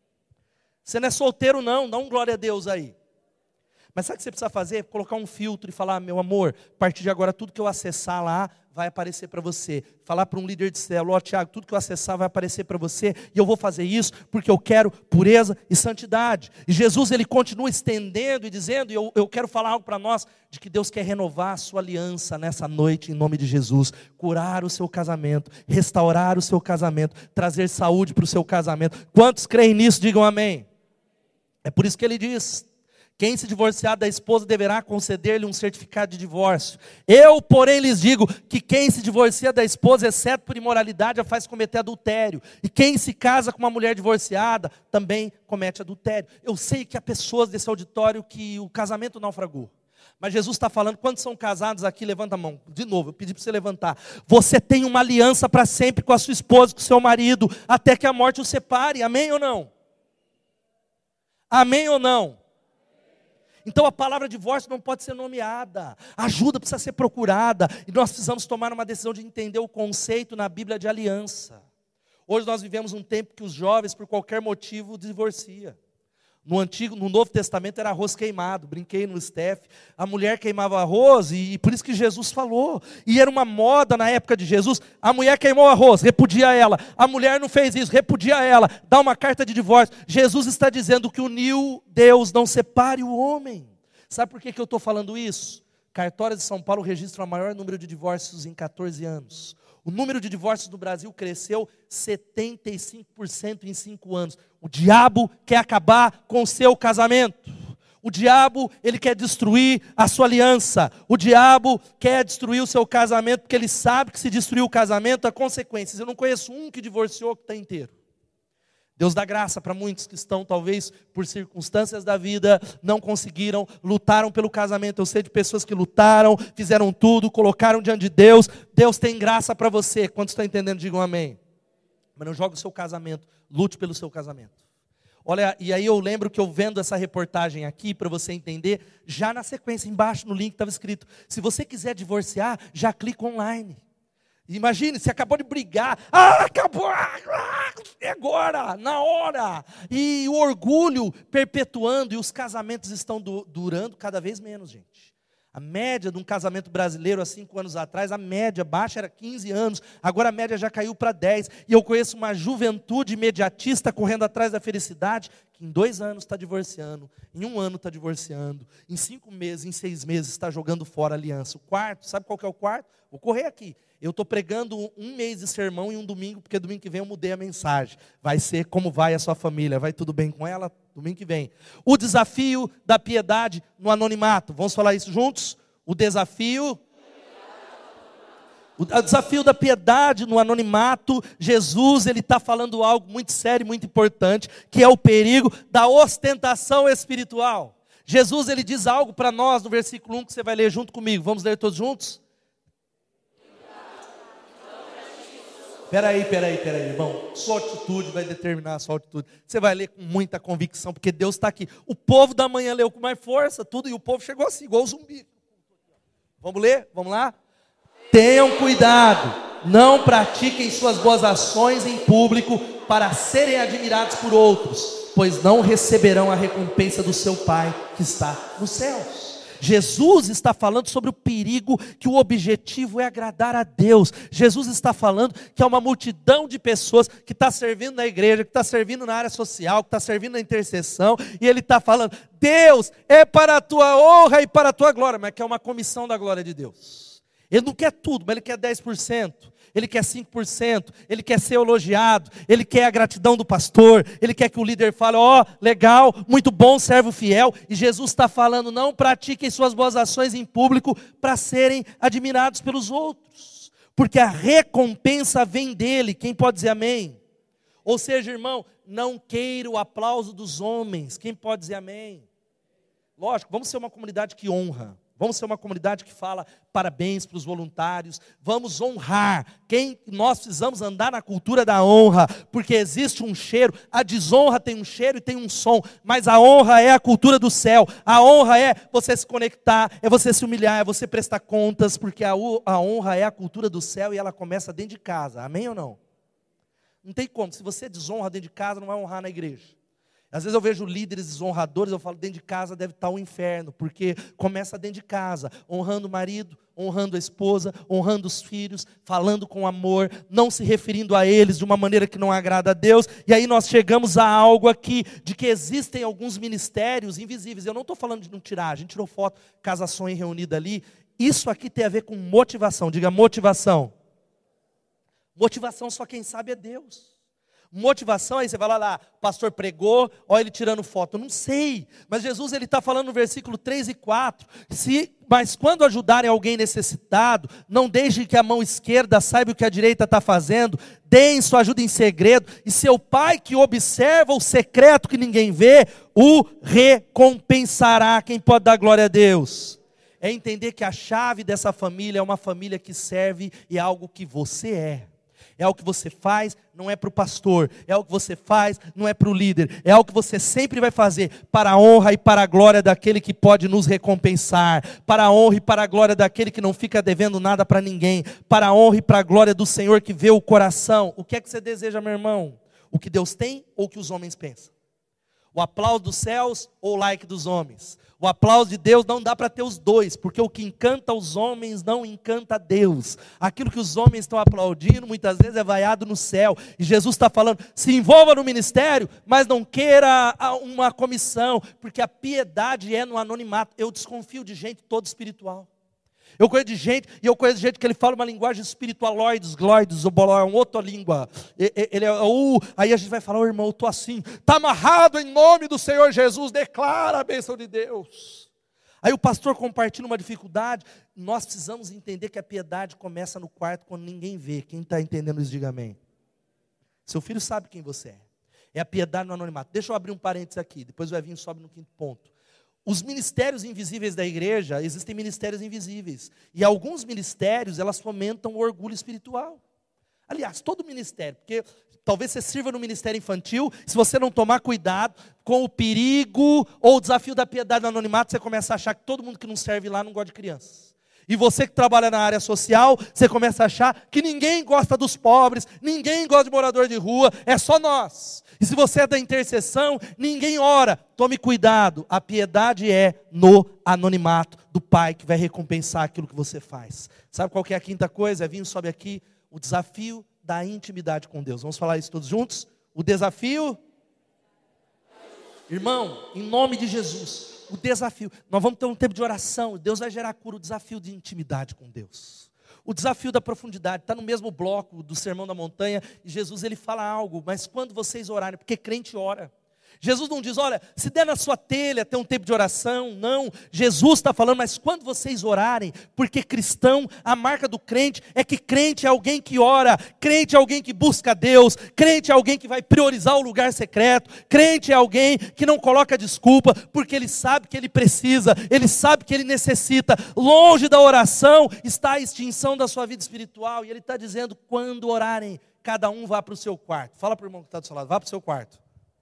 Você não é solteiro não, dá um glória a Deus aí. Mas sabe o que você precisa fazer? Colocar um filtro e falar, meu amor, a partir de agora tudo que eu acessar lá vai aparecer para você. Falar para um líder de célula, ó Tiago, tudo que eu acessar vai aparecer para você, e eu vou fazer isso porque eu quero pureza e santidade. E Jesus ele continua estendendo e dizendo, e eu, eu quero falar algo para nós, de que Deus quer renovar a sua aliança nessa noite em nome de Jesus, curar o seu casamento, restaurar o seu casamento, trazer saúde para o seu casamento. Quantos creem nisso? Digam amém. É por isso que ele diz: quem se divorciar da esposa deverá conceder-lhe um certificado de divórcio. Eu, porém, lhes digo que quem se divorcia da esposa, exceto por imoralidade, a faz cometer adultério. E quem se casa com uma mulher divorciada, também comete adultério. Eu sei que há pessoas desse auditório que o casamento naufragou. Mas Jesus está falando, quantos são casados aqui? Levanta a mão. De novo, eu pedi para você levantar. Você tem uma aliança para sempre com a sua esposa, com o seu marido, até que a morte os separe. Amém ou não? Amém ou não? Então a palavra divórcio não pode ser nomeada, a ajuda precisa ser procurada, e nós precisamos tomar uma decisão de entender o conceito na Bíblia de aliança. Hoje nós vivemos um tempo que os jovens, por qualquer motivo, divorciam. No Antigo, no Novo Testamento era arroz queimado, brinquei no Steph, a mulher queimava arroz, e, e por isso que Jesus falou, e era uma moda na época de Jesus, a mulher queimou o arroz, repudia ela, a mulher não fez isso, repudia ela, dá uma carta de divórcio. Jesus está dizendo que uniu Deus, não separe o homem. Sabe por que, que eu estou falando isso? Cartórios de São Paulo registram o maior número de divórcios em catorze anos. O número de divórcios do Brasil cresceu setenta e cinco por cento em cinco anos. O diabo quer acabar com o seu casamento. O diabo, ele quer destruir a sua aliança. O diabo quer destruir o seu casamento, porque ele sabe que se destruir o casamento, há consequências. Eu não conheço um que divorciou que está inteiro. Deus dá graça para muitos que estão, talvez, por circunstâncias da vida, não conseguiram, lutaram pelo casamento. Eu sei de pessoas que lutaram, fizeram tudo, colocaram diante de Deus. Deus tem graça para você. Quantos estão entendendo, digam amém. Mas não jogue o seu casamento, lute pelo seu casamento. Olha, e aí eu lembro que eu vendo essa reportagem aqui, para você entender, já na sequência, embaixo no link estava escrito, se você quiser divorciar, já clica online. Imagine, você acabou de brigar, ah, acabou, ah, é agora, na hora, e o orgulho perpetuando, e os casamentos estão du- durando cada vez menos, gente. A média de um casamento brasileiro há cinco anos atrás, a média baixa era quinze anos, agora a média já caiu para dez, e eu conheço uma juventude imediatista correndo atrás da felicidade, que em dois anos está divorciando, em um ano está divorciando, em cinco meses, em seis meses está jogando fora a aliança. O quarto, sabe qual que é o quarto? Vou correr aqui. Eu estou pregando um mês de sermão em um domingo, porque domingo que vem eu mudei a mensagem. Vai ser como vai a sua família, vai tudo bem com ela? Domingo que vem. O desafio da piedade no anonimato. Vamos falar isso juntos? O desafio... O desafio da piedade no anonimato. Jesus, ele está falando algo muito sério, muito importante, que é o perigo da ostentação espiritual. Jesus, ele diz algo para nós no versículo um, que você vai ler junto comigo. Vamos ler todos juntos? Peraí, peraí, peraí, irmão. Sua atitude vai determinar a sua atitude. Você vai ler com muita convicção, porque Deus está aqui. O povo da manhã leu com mais força, tudo, e o povo chegou assim, igual o zumbi. Vamos ler? Vamos lá? Tenham cuidado, não pratiquem suas boas ações em público para serem admirados por outros, pois não receberão a recompensa do seu Pai que está nos céus. Jesus está falando sobre o perigo, que o objetivo é agradar a Deus. Jesus está falando que há uma multidão de pessoas que está servindo na igreja, que está servindo na área social, que está servindo na intercessão, e Ele está falando, Deus, é para a tua honra e para a tua glória, mas que é uma comissão da glória de Deus. Ele não quer tudo, mas Ele quer dez por cento, Ele quer cinco por cento, Ele quer ser elogiado, Ele quer a gratidão do pastor, Ele quer que o líder fale, ó, oh, legal, muito bom, servo fiel. E Jesus está falando, não pratiquem suas boas ações em público para serem admirados pelos outros, porque a recompensa vem dEle. Quem pode dizer amém? Ou seja, irmão, não queira o aplauso dos homens. Quem pode dizer amém? Lógico, vamos ser uma comunidade que honra. Vamos ser uma comunidade que fala parabéns para os voluntários. Vamos honrar. Quem nós precisamos andar na cultura da honra, porque existe um cheiro. A desonra tem um cheiro e tem um som, mas a honra é a cultura do céu. A honra é você se conectar, é você se humilhar, é você prestar contas, porque a, a honra é a cultura do céu e ela começa dentro de casa. Amém ou não? Não tem como. Se você desonra dentro de casa, não vai honrar na igreja. Às vezes eu vejo líderes desonradores, eu falo, dentro de casa deve estar o inferno, porque começa dentro de casa, honrando o marido, honrando a esposa, honrando os filhos, falando com amor, não se referindo a eles de uma maneira que não agrada a Deus. E aí nós chegamos a algo aqui, de que existem alguns ministérios invisíveis. Eu não estou falando de não tirar, a gente tirou foto, Casa Sonho reunida ali. Isso aqui tem a ver com motivação, diga motivação. Motivação só quem sabe é Deus. Motivação, aí você vai lá, lá, pastor pregou, olha ele tirando foto. Eu não sei, mas Jesus ele está falando no versículo três e quatro. Se, mas quando ajudarem alguém necessitado, não deixem que a mão esquerda saiba o que a direita está fazendo. Deem sua ajuda em segredo. E seu pai que observa o secreto que ninguém vê, o recompensará. Quem pode dar glória a Deus? É entender que a chave dessa família é uma família que serve e é algo que você é. É algo que você faz, não é para o pastor. É algo que você faz, não é para o líder. É algo que você sempre vai fazer para a honra e para a glória daquele que pode nos recompensar. Para a honra e para a glória daquele que não fica devendo nada para ninguém. Para a honra e para a glória do Senhor que vê o coração. O que é que você deseja, meu irmão? O que Deus tem ou o que os homens pensam? O aplauso dos céus ou o like dos homens? O aplauso de Deus não dá para ter os dois, porque o que encanta os homens não encanta Deus. Aquilo que os homens estão aplaudindo, muitas vezes é vaiado no céu. E Jesus está falando, se envolva no ministério, mas não queira uma comissão, porque a piedade é no anonimato. Eu desconfio de gente toda espiritual. Eu conheço de gente, e eu conheço de gente que ele fala uma linguagem espiritualoides, gloides, ou boló, é uma outra língua. Ele é, uh, aí a gente vai falar, oh, irmão, eu estou assim, está amarrado em nome do Senhor Jesus, declara a bênção de Deus. Aí o pastor compartilha uma dificuldade, nós precisamos entender que a piedade começa no quarto quando ninguém vê. Quem está entendendo isso, diga amém. Seu filho sabe quem você é. É a piedade no anonimato. Deixa eu abrir um parênteses aqui, depois o Evinho sobe no quinto ponto. Os ministérios invisíveis da igreja, existem ministérios invisíveis. E alguns ministérios, elas fomentam o orgulho espiritual. Aliás, todo ministério, porque talvez você sirva no ministério infantil, se você não tomar cuidado com o perigo ou o desafio da piedade no anonimato, você começa a achar que todo mundo que não serve lá não gosta de crianças. E você que trabalha na área social, você começa a achar que ninguém gosta dos pobres, ninguém gosta de morador de rua, é só nós. E se você é da intercessão, ninguém ora. Tome cuidado, a piedade é no anonimato do Pai que vai recompensar aquilo que você faz. Sabe qual que é a quinta coisa? Evinho, sobe aqui, o desafio da intimidade com Deus. Vamos falar isso todos juntos? O desafio, irmão, em nome de Jesus, o desafio, nós vamos ter um tempo de oração, Deus vai gerar cura, o desafio de intimidade com Deus. O desafio da profundidade, está no mesmo bloco do Sermão da Montanha, e Jesus ele fala algo, mas quando vocês orarem, porque crente ora. Jesus não diz, olha, se der na sua telha, tem um tempo de oração, não. Jesus está falando, mas quando vocês orarem, porque cristão, a marca do crente é que crente é alguém que ora, crente é alguém que busca Deus, crente é alguém que vai priorizar o lugar secreto, crente é alguém que não coloca desculpa, porque ele sabe que ele precisa, ele sabe que ele necessita. Longe da oração está a extinção da sua vida espiritual, e ele está dizendo, quando orarem, cada um vá para o seu quarto. Fala para o irmão que está do seu lado, vá para o seu quarto.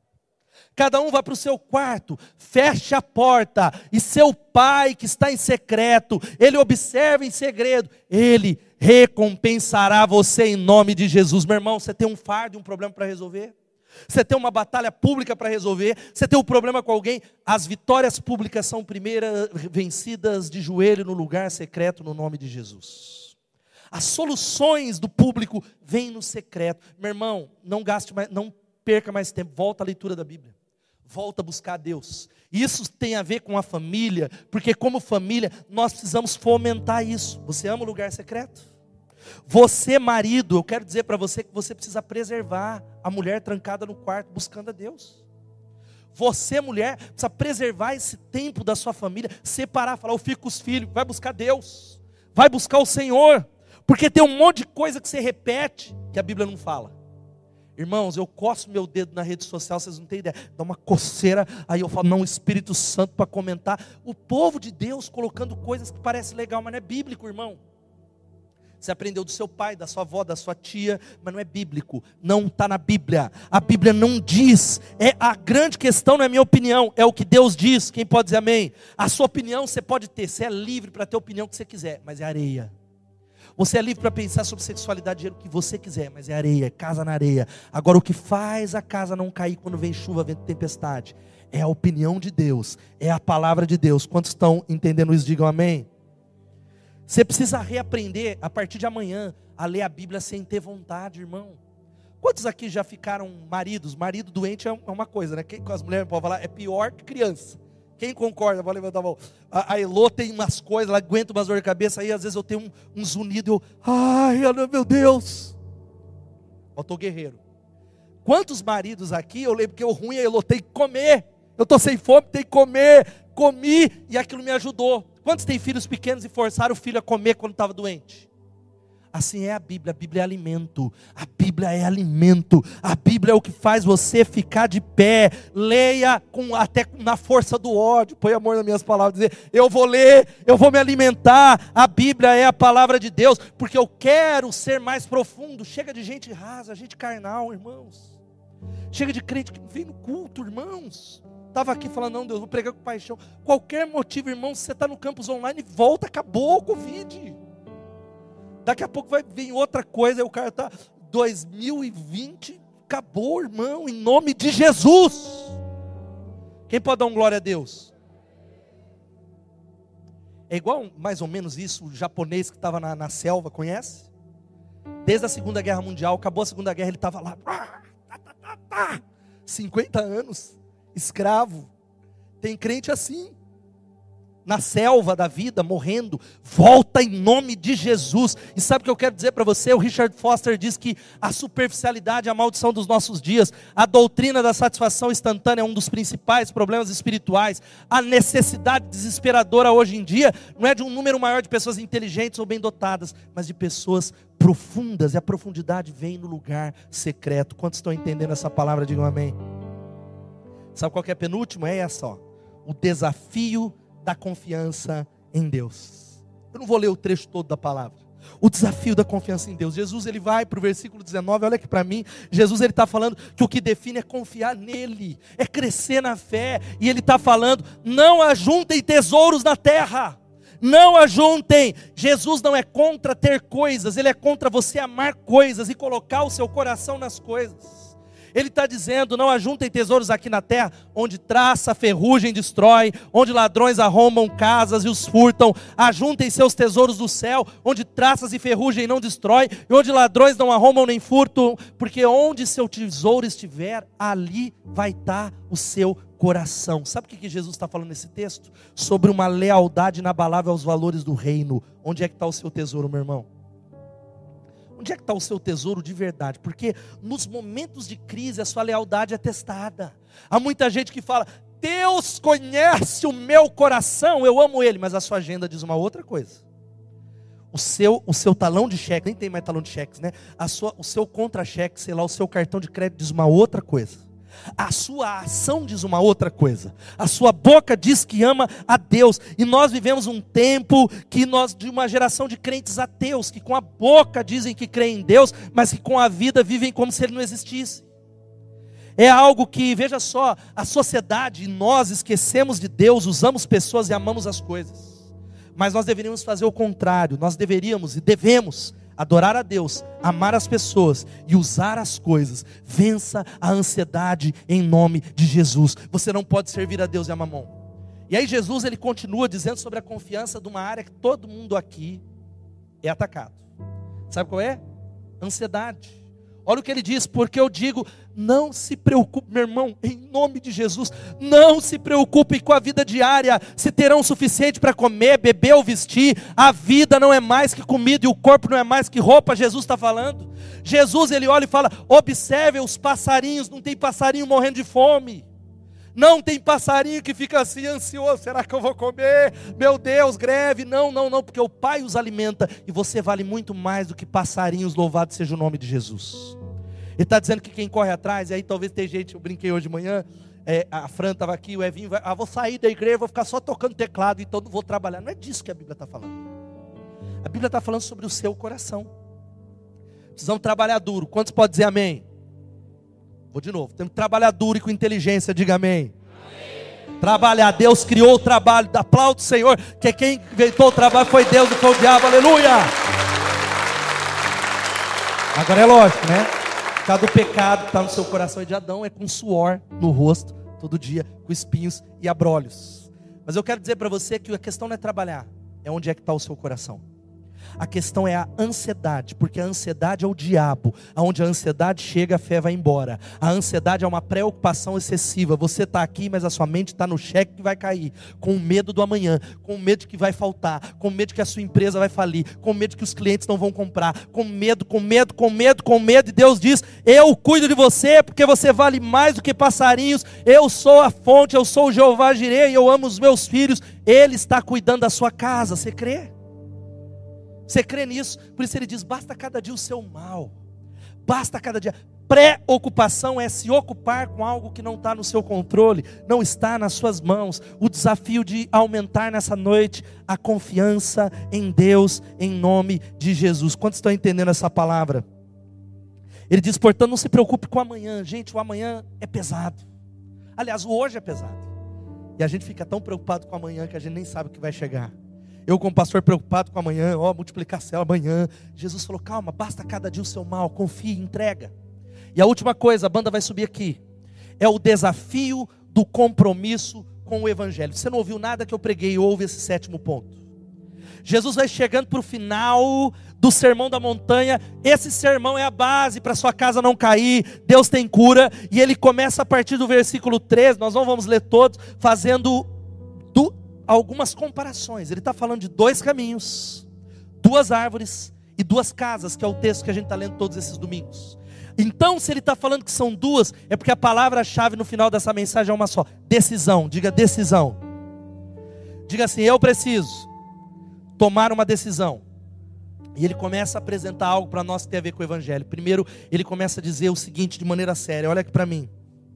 Cada um vai para o seu quarto, fecha a porta, e seu pai que está em secreto, ele observa em segredo, ele recompensará você em nome de Jesus. Meu irmão, você tem um fardo e um problema para resolver? Você tem uma batalha pública para resolver? Você tem um problema com alguém? As vitórias públicas são primeiras vencidas de joelho no lugar secreto no nome de Jesus. As soluções do público vêm no secreto. Meu irmão, não gaste mais, não perca mais tempo, volta à leitura da Bíblia, volta a buscar a Deus. Isso tem a ver com a família, porque como família, nós precisamos fomentar isso. Você ama o lugar secreto? Você marido, eu quero dizer para você que você precisa preservar a mulher trancada no quarto, buscando a Deus. Você mulher, precisa preservar esse tempo da sua família, separar, falar, eu fico com os filhos, vai buscar Deus, vai buscar o Senhor, porque tem um monte de coisa que você repete, que a Bíblia não fala. Irmãos, eu coço meu dedo na rede social, vocês não têm ideia, dá uma coceira, aí eu falo, não, Espírito Santo para comentar. O povo de Deus colocando coisas que parecem legal, mas não é bíblico, irmão. Você aprendeu do seu pai, da sua avó, da sua tia, mas não é bíblico, não está na Bíblia. A Bíblia não diz, é a grande questão, não é minha opinião, é o que Deus diz. Quem pode dizer amém? A sua opinião você pode ter, você é livre para ter a opinião que você quiser, mas é areia. Você é livre para pensar sobre sexualidade, o que você quiser, mas é areia, é casa na areia. Agora o que faz a casa não cair quando vem chuva, vento e tempestade, é a opinião de Deus, é a palavra de Deus. Quantos estão entendendo isso? Digam amém. Você precisa reaprender a partir de amanhã a ler a Bíblia sem ter vontade, irmão. Quantos aqui já ficaram maridos? Marido doente é uma coisa, né? Quem, as mulheres podem falar, é pior que criança. Quem concorda? Vou levantar a mão. A, a Elô tem umas coisas, ela aguenta umas dor de cabeça, aí às vezes eu tenho um, um zunido, eu, ai, meu Deus. Eu estou guerreiro. Quantos maridos aqui, eu lembro que o ruim é eu tenho que comer. Eu estou sem fome, tenho que comer. Comi e aquilo me ajudou. Quantos têm filhos pequenos e forçaram o filho a comer quando estava doente? Assim é a Bíblia, a Bíblia é alimento, a Bíblia é alimento, a Bíblia é o que faz você ficar de pé. Leia com, até na força do ódio, põe amor nas minhas palavras, dizer, eu vou ler, eu vou me alimentar, a Bíblia é a palavra de Deus, porque eu quero ser mais profundo. Chega de gente rasa, gente carnal, irmãos, chega de crente que vem no culto, irmãos, estava aqui falando, não Deus, vou pregar com paixão, qualquer motivo, irmão, se você está no campus online, volta, acabou o Covid. Daqui a pouco vai vir outra coisa, aí o cara está, dois mil e vinte, acabou, irmão, em nome de Jesus. Quem pode dar um glória a Deus? É igual, mais ou menos isso, o japonês que estava na, na selva, conhece? Desde a Segunda Guerra Mundial, acabou a Segunda Guerra, ele estava lá, tá, tá, tá, tá, cinquenta anos, escravo. Tem crente assim, na selva da vida, morrendo, volta em nome de Jesus. E sabe o que eu quero dizer para você? O Richard Foster diz que a superficialidade é a maldição dos nossos dias. A doutrina da satisfação instantânea é um dos principais problemas espirituais. A necessidade desesperadora hoje em dia não é de um número maior de pessoas inteligentes ou bem dotadas, mas de pessoas profundas, e a profundidade vem no lugar secreto. Quantos estão entendendo essa palavra? Digam amém. Sabe qual que é a penúltima? É essa, ó. O desafio da confiança em Deus. Eu não vou ler o trecho todo da palavra. O desafio da confiança em Deus. Jesus, ele vai para o versículo dezenove, olha aqui para mim. Jesus, ele está falando que o que define é confiar nele, é crescer na fé. E ele está falando, não ajuntem tesouros na terra. Não ajuntem. Jesus não é contra ter coisas, ele é contra você amar coisas e colocar o seu coração nas coisas. Ele está dizendo, não ajuntem tesouros aqui na terra, onde traça, ferrugem destrói, onde ladrões arrombam casas e os furtam. Ajuntem seus tesouros do céu, onde traças e ferrugem não destrói, e onde ladrões não arrombam nem furtam, porque onde seu tesouro estiver, ali vai estar o seu coração. Sabe o que Jesus está falando nesse texto? Sobre uma lealdade inabalável aos valores do reino. Onde é que está o seu tesouro, meu irmão? Onde é que está o seu tesouro de verdade? Porque nos momentos de crise a sua lealdade é testada. Há muita gente que fala, Deus conhece o meu coração, eu amo Ele, mas a sua agenda diz uma outra coisa. O seu, o seu talão de cheque, nem tem mais talão de cheques, né? A sua, o seu contra-cheque, sei lá, o seu cartão de crédito diz uma outra coisa. A sua ação diz uma outra coisa. A sua boca diz que ama a Deus. E nós vivemos um tempo que nós, de uma geração de crentes ateus, que com a boca dizem que creem em Deus, mas que com a vida vivem como se Ele não existisse. É algo que, veja só, a sociedade e nós esquecemos de Deus, usamos pessoas e amamos as coisas. Mas nós deveríamos fazer o contrário. Nós deveríamos e devemos adorar a Deus, amar as pessoas e usar as coisas. Vença a ansiedade em nome de Jesus. Você não pode servir a Deus e a mamão. E aí Jesus, ele continua dizendo sobre a confiança de uma área que todo mundo aqui é atacado. Sabe qual é? Ansiedade. Olha o que ele diz, porque eu digo, não se preocupe, meu irmão, em nome de Jesus, não se preocupe com a vida diária, se terão o suficiente para comer, beber ou vestir. A vida não é mais que comida e o corpo não é mais que roupa. Jesus está falando. Jesus, ele olha e fala, observe os passarinhos, não tem passarinho morrendo de fome. Não tem passarinho que fica assim ansioso, será que eu vou comer? Meu Deus, greve, não, não, não, porque o Pai os alimenta, e você vale muito mais do que passarinhos, louvado seja o nome de Jesus. Ele está dizendo que quem corre atrás, e aí talvez tem gente, eu brinquei hoje de manhã, é, a Fran estava aqui, o Evinho, vai, ah, vou sair da igreja, vou ficar só tocando teclado, então não vou trabalhar. Não é disso que a Bíblia está falando. A Bíblia está falando sobre o seu coração. Precisamos trabalhar duro. Quantos podem dizer amém? Vou de novo, temos que trabalhar duro e com inteligência, diga amém. Amém. Trabalhar, Deus criou o trabalho, aplaude o Senhor, que quem inventou o trabalho foi Deus, não foi o diabo, aleluia. Agora é lógico, né? Cada pecado que está no seu coração de Adão é com suor no rosto, todo dia, com espinhos e abrolhos. Mas eu quero dizer para você que a questão não é trabalhar, é onde é que está o seu coração. A questão é a ansiedade, porque a ansiedade é o diabo. Aonde a ansiedade chega, a fé vai embora. A ansiedade é uma preocupação excessiva. Você está aqui, mas a sua mente está no cheque que vai cair, com medo do amanhã, com medo de que vai faltar, com medo de que a sua empresa vai falir, com medo de que os clientes não vão comprar, com medo, com medo, com medo, com medo. E Deus diz: eu cuido de você, porque você vale mais do que passarinhos. Eu sou a fonte, eu sou o Jeová Jireh, e eu amo os meus filhos. Ele está cuidando da sua casa. Você crê? Você crê nisso? Por isso ele diz: basta cada dia o seu mal. Basta cada dia. Preocupação é se ocupar com algo que não está no seu controle, não está nas suas mãos. O desafio de aumentar nessa noite a confiança em Deus, em nome de Jesus. Quantos estão entendendo essa palavra? Ele diz: portanto, não se preocupe com o amanhã. Gente, o amanhã é pesado. Aliás, o hoje é pesado. E a gente fica tão preocupado com o amanhã que a gente nem sabe o que vai chegar. Eu, como pastor, preocupado com amanhã, ó, multiplicar a célula amanhã. Jesus falou: calma, basta cada dia o seu mal, confie, entrega. E a última coisa, a banda vai subir aqui, é o desafio do compromisso com o Evangelho. Você não ouviu nada que eu preguei, ouve esse sétimo ponto. Jesus vai chegando para o final do sermão da montanha. Esse sermão é a base para sua casa não cair. Deus tem cura. E ele começa a partir do versículo treze, nós não vamos ler todos, fazendo do algumas comparações. Ele está falando de dois caminhos, duas árvores e duas casas, que é o texto que a gente está lendo todos esses domingos. Então, se ele está falando que são duas, é porque a palavra-chave no final dessa mensagem é uma só: decisão. Diga decisão. Diga assim: eu preciso tomar uma decisão. E ele começa a apresentar algo para nós que tem a ver com o Evangelho. Primeiro, ele começa a dizer o seguinte de maneira séria: olha aqui para mim.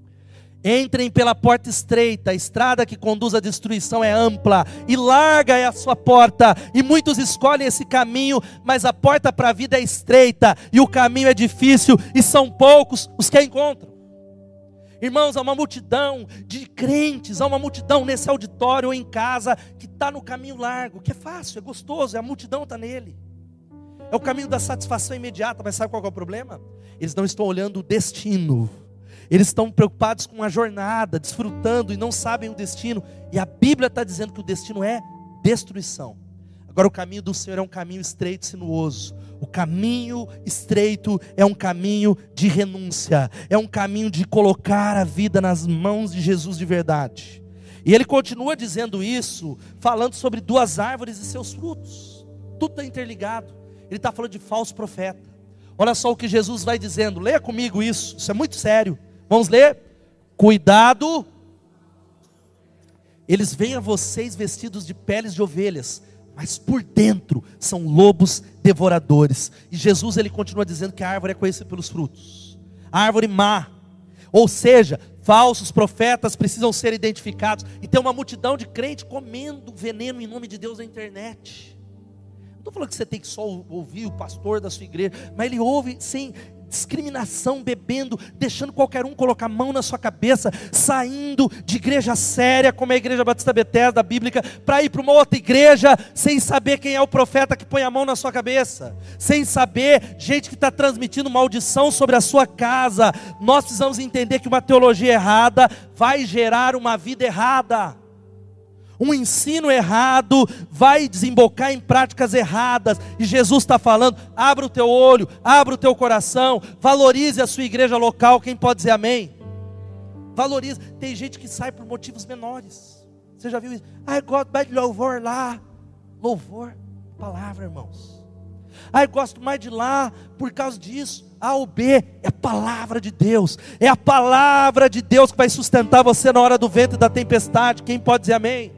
Entrem pela porta estreita, a estrada que conduz à destruição é ampla, e larga é a sua porta, e muitos escolhem esse caminho, mas a porta para a vida é estreita, e o caminho é difícil, e são poucos os que a encontram. Irmãos, há uma multidão de crentes, há uma multidão nesse auditório ou em casa, que está no caminho largo, que é fácil, é gostoso, a multidão está nele. É o caminho da satisfação imediata, mas sabe qual é o problema? Eles não estão olhando o destino. Eles estão preocupados com a jornada, desfrutando e não sabem o destino. E a Bíblia está dizendo que o destino é destruição. Agora, o caminho do Senhor é um caminho estreito e sinuoso. O caminho estreito é um caminho de renúncia. É um caminho de colocar a vida nas mãos de Jesus de verdade. E ele continua dizendo isso, falando sobre duas árvores e seus frutos. Tudo está interligado. Ele está falando de falso profeta. Olha só o que Jesus vai dizendo. Leia comigo isso. Isso é muito sério. Vamos ler? Cuidado. Eles vêm a vocês vestidos de peles de ovelhas, mas por dentro são lobos devoradores. E Jesus, ele continua dizendo que a árvore é conhecida pelos frutos. A árvore má. Ou seja, falsos profetas precisam ser identificados. E tem uma multidão de crentes comendo veneno em nome de Deus na internet. Não estou falando que você tem que só ouvir o pastor da sua igreja, mas ele ouve sem discriminação, bebendo, deixando qualquer um colocar a mão na sua cabeça, saindo de igreja séria, como a Igreja Batista Bethesda Bíblica, para ir para uma outra igreja, sem saber quem é o profeta que põe a mão na sua cabeça, sem saber, gente que está transmitindo maldição sobre a sua casa. Nós precisamos entender que uma teologia errada vai gerar uma vida errada. Um ensino errado vai desembocar em práticas erradas. E Jesus está falando: abra o teu olho, abra o teu coração, valorize a sua igreja local. Quem pode dizer amém? Valorize. Tem gente que sai por motivos menores. Você já viu isso? Ah, eu gosto mais de louvor lá. Louvor, palavra, irmãos. Ah, eu gosto mais de lá por causa disso. A ou B, é a palavra de Deus. É a palavra de Deus que vai sustentar você na hora do vento e da tempestade. Quem pode dizer amém?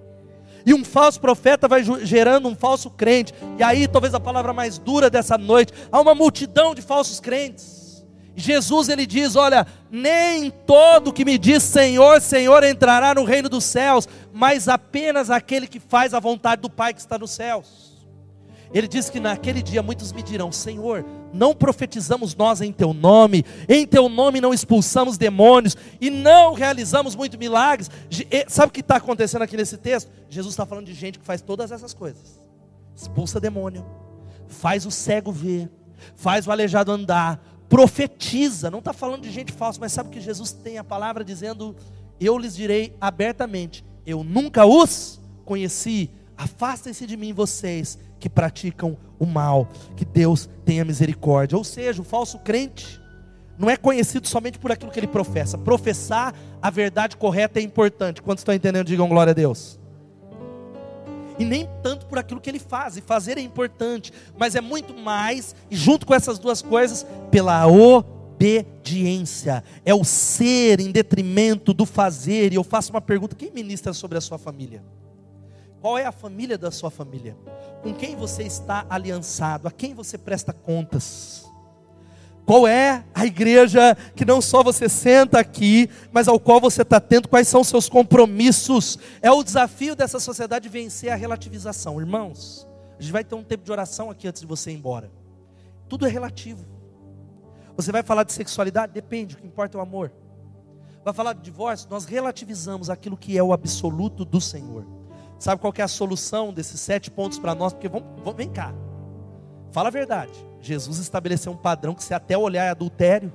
E um falso profeta vai gerando um falso crente. E aí talvez a palavra mais dura dessa noite: há uma multidão de falsos crentes. Jesus, ele diz: olha, nem todo que me diz Senhor, Senhor entrará no reino dos céus, mas apenas aquele que faz a vontade do Pai que está nos céus. Ele diz que naquele dia muitos me dirão: Senhor, não profetizamos nós em teu nome, em teu nome não expulsamos demônios, e não realizamos muitos milagres. Sabe o que está acontecendo aqui nesse texto? Jesus está falando de gente que faz todas essas coisas: expulsa demônio, faz o cego ver, faz o aleijado andar, profetiza. Não está falando de gente falsa, mas sabe que Jesus tem a palavra dizendo: eu lhes direi abertamente, eu nunca os conheci. Afastem-se de mim vocês que praticam o mal, que Deus tenha misericórdia. Ou seja, o falso crente não é conhecido somente por aquilo que ele professa. Professar a verdade correta é importante. Quantos estão entendendo, digam glória a Deus. E nem tanto por aquilo que ele faz. E fazer é importante, mas é muito mais, e junto com essas duas coisas, pela obediência. É o ser em detrimento do fazer. E eu faço uma pergunta: quem ministra sobre a sua família? Qual é a família da sua família? Com quem você está aliançado? A quem você presta contas? Qual é a igreja que não só você senta aqui, mas ao qual você está atento? Quais são os seus compromissos? É o desafio dessa sociedade vencer a relativização. Irmãos, a gente vai ter um tempo de oração aqui antes de você ir embora. Tudo é relativo. Você vai falar de sexualidade? Depende, o que importa é o amor. Vai falar de divórcio? Nós relativizamos aquilo que é o absoluto do Senhor. Sabe qual que é a solução desses sete pontos para nós? Porque vamos, vamos, vem cá, fala a verdade. Jesus estabeleceu um padrão que se até olhar é adultério.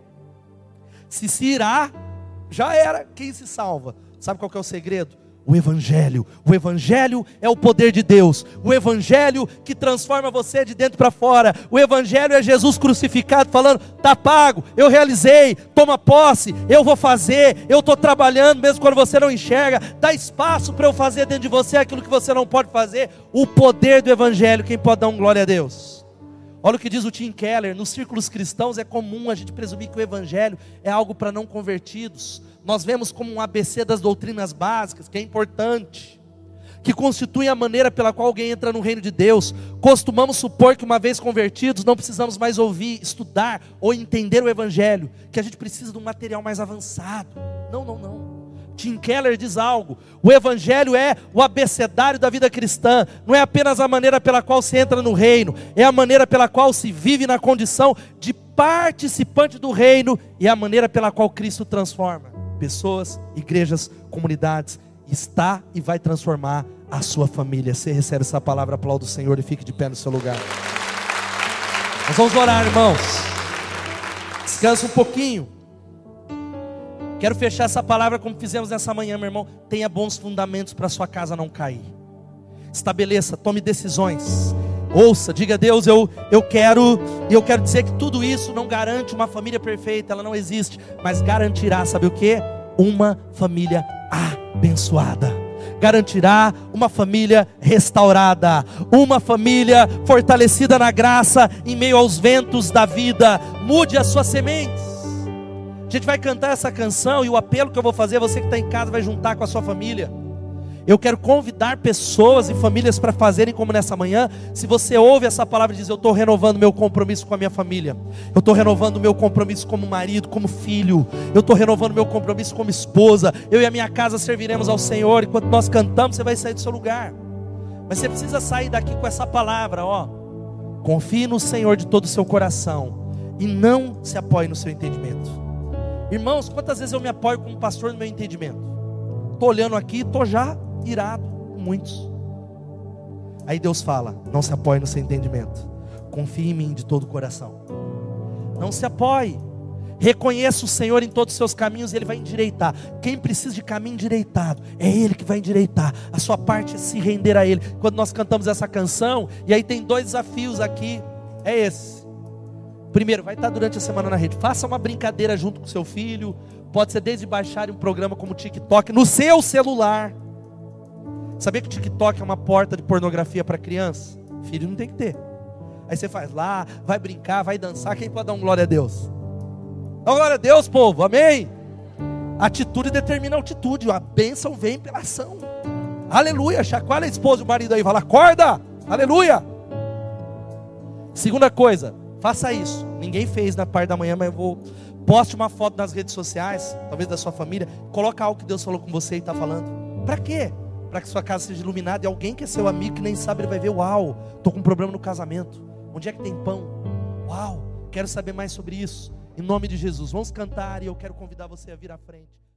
Se se irá, já era. Quem se salva? Sabe qual que é o segredo? O Evangelho. O Evangelho é o poder de Deus. O Evangelho que transforma você de dentro para fora. O Evangelho é Jesus crucificado falando: está pago, eu realizei, toma posse, eu vou fazer, eu estou trabalhando mesmo quando você não enxerga. Dá espaço para eu fazer dentro de você aquilo que você não pode fazer. O poder do Evangelho, quem pode dar um glória a Deus? Olha o que diz o Tim Keller: nos círculos cristãos é comum a gente presumir que o Evangelho é algo para não convertidos. Nós vemos como um A B C das doutrinas básicas, que é importante, que constitui a maneira pela qual alguém entra no reino de Deus. Costumamos supor que uma vez convertidos não precisamos mais ouvir, estudar ou entender o Evangelho, que a gente precisa de um material mais avançado. Não, não, não. Tim Keller diz algo: o Evangelho é o abecedário da vida cristã. Não é apenas a maneira pela qual se entra no reino, é a maneira pela qual se vive na condição de participante do reino, e a maneira pela qual Cristo transforma pessoas, igrejas, comunidades. Está e vai transformar a sua família. Você recebe essa palavra, aplauda o Senhor e fique de pé no seu lugar. Nós vamos orar, irmãos. Descansa um pouquinho. Quero fechar essa palavra como fizemos nessa manhã, meu irmão. Tenha bons fundamentos para a sua casa não cair. Estabeleça, tome decisões. Ouça, diga a Deus: eu, eu quero, eu quero dizer que tudo isso não garante uma família perfeita, ela não existe, mas garantirá, sabe o que? Uma família abençoada. Garantirá uma família restaurada, uma família fortalecida na graça em meio aos ventos da vida. Mude as suas sementes. A gente vai cantar essa canção, e o apelo que eu vou fazer, você que está em casa vai juntar com a sua família. Eu quero convidar pessoas e famílias para fazerem como nessa manhã. Se você ouve essa palavra e diz: eu estou renovando meu compromisso com a minha família, eu estou renovando meu compromisso como marido, como filho, eu estou renovando meu compromisso como esposa, eu e a minha casa serviremos ao Senhor. Enquanto nós cantamos, você vai sair do seu lugar, mas você precisa sair daqui com essa palavra, ó: confie no Senhor de todo o seu coração e não se apoie no seu entendimento. Irmãos, quantas vezes eu me apoio como pastor no meu entendimento? Estou olhando aqui, estou já irado com muitos. Aí Deus fala: não se apoie no seu entendimento, confie em mim de todo o coração. Não se apoie. Reconheça o Senhor em todos os seus caminhos e Ele vai endireitar. Quem precisa de caminho endireitado, é Ele que vai endireitar. A sua parte é se render a Ele. Quando nós cantamos essa canção, e aí tem dois desafios aqui, é esse. Primeiro, vai estar durante a semana na rede. Faça uma brincadeira junto com seu filho. Pode ser desde baixar um programa como o TikTok no seu celular. Sabia que o TikTok é uma porta de pornografia para criança? Filho não tem que ter. Aí você faz lá, vai brincar, vai dançar. Quem pode dar um glória a Deus? Dá um glória a Deus, povo, amém? Atitude determina altitude. A bênção vem pela ação. Aleluia, chacoalha a esposa e o marido aí, fala: acorda, aleluia. Segunda coisa, faça isso. Ninguém fez na parte da manhã, mas eu vou. Poste uma foto nas redes sociais, talvez da sua família. Coloca algo que Deus falou com você e está falando. Para quê? Para que sua casa seja iluminada, e alguém que é seu amigo, que nem sabe, ele vai ver: uau, estou com um problema no casamento. Onde é que tem pão? Uau, quero saber mais sobre isso. Em nome de Jesus, vamos cantar, e eu quero convidar você a vir à frente.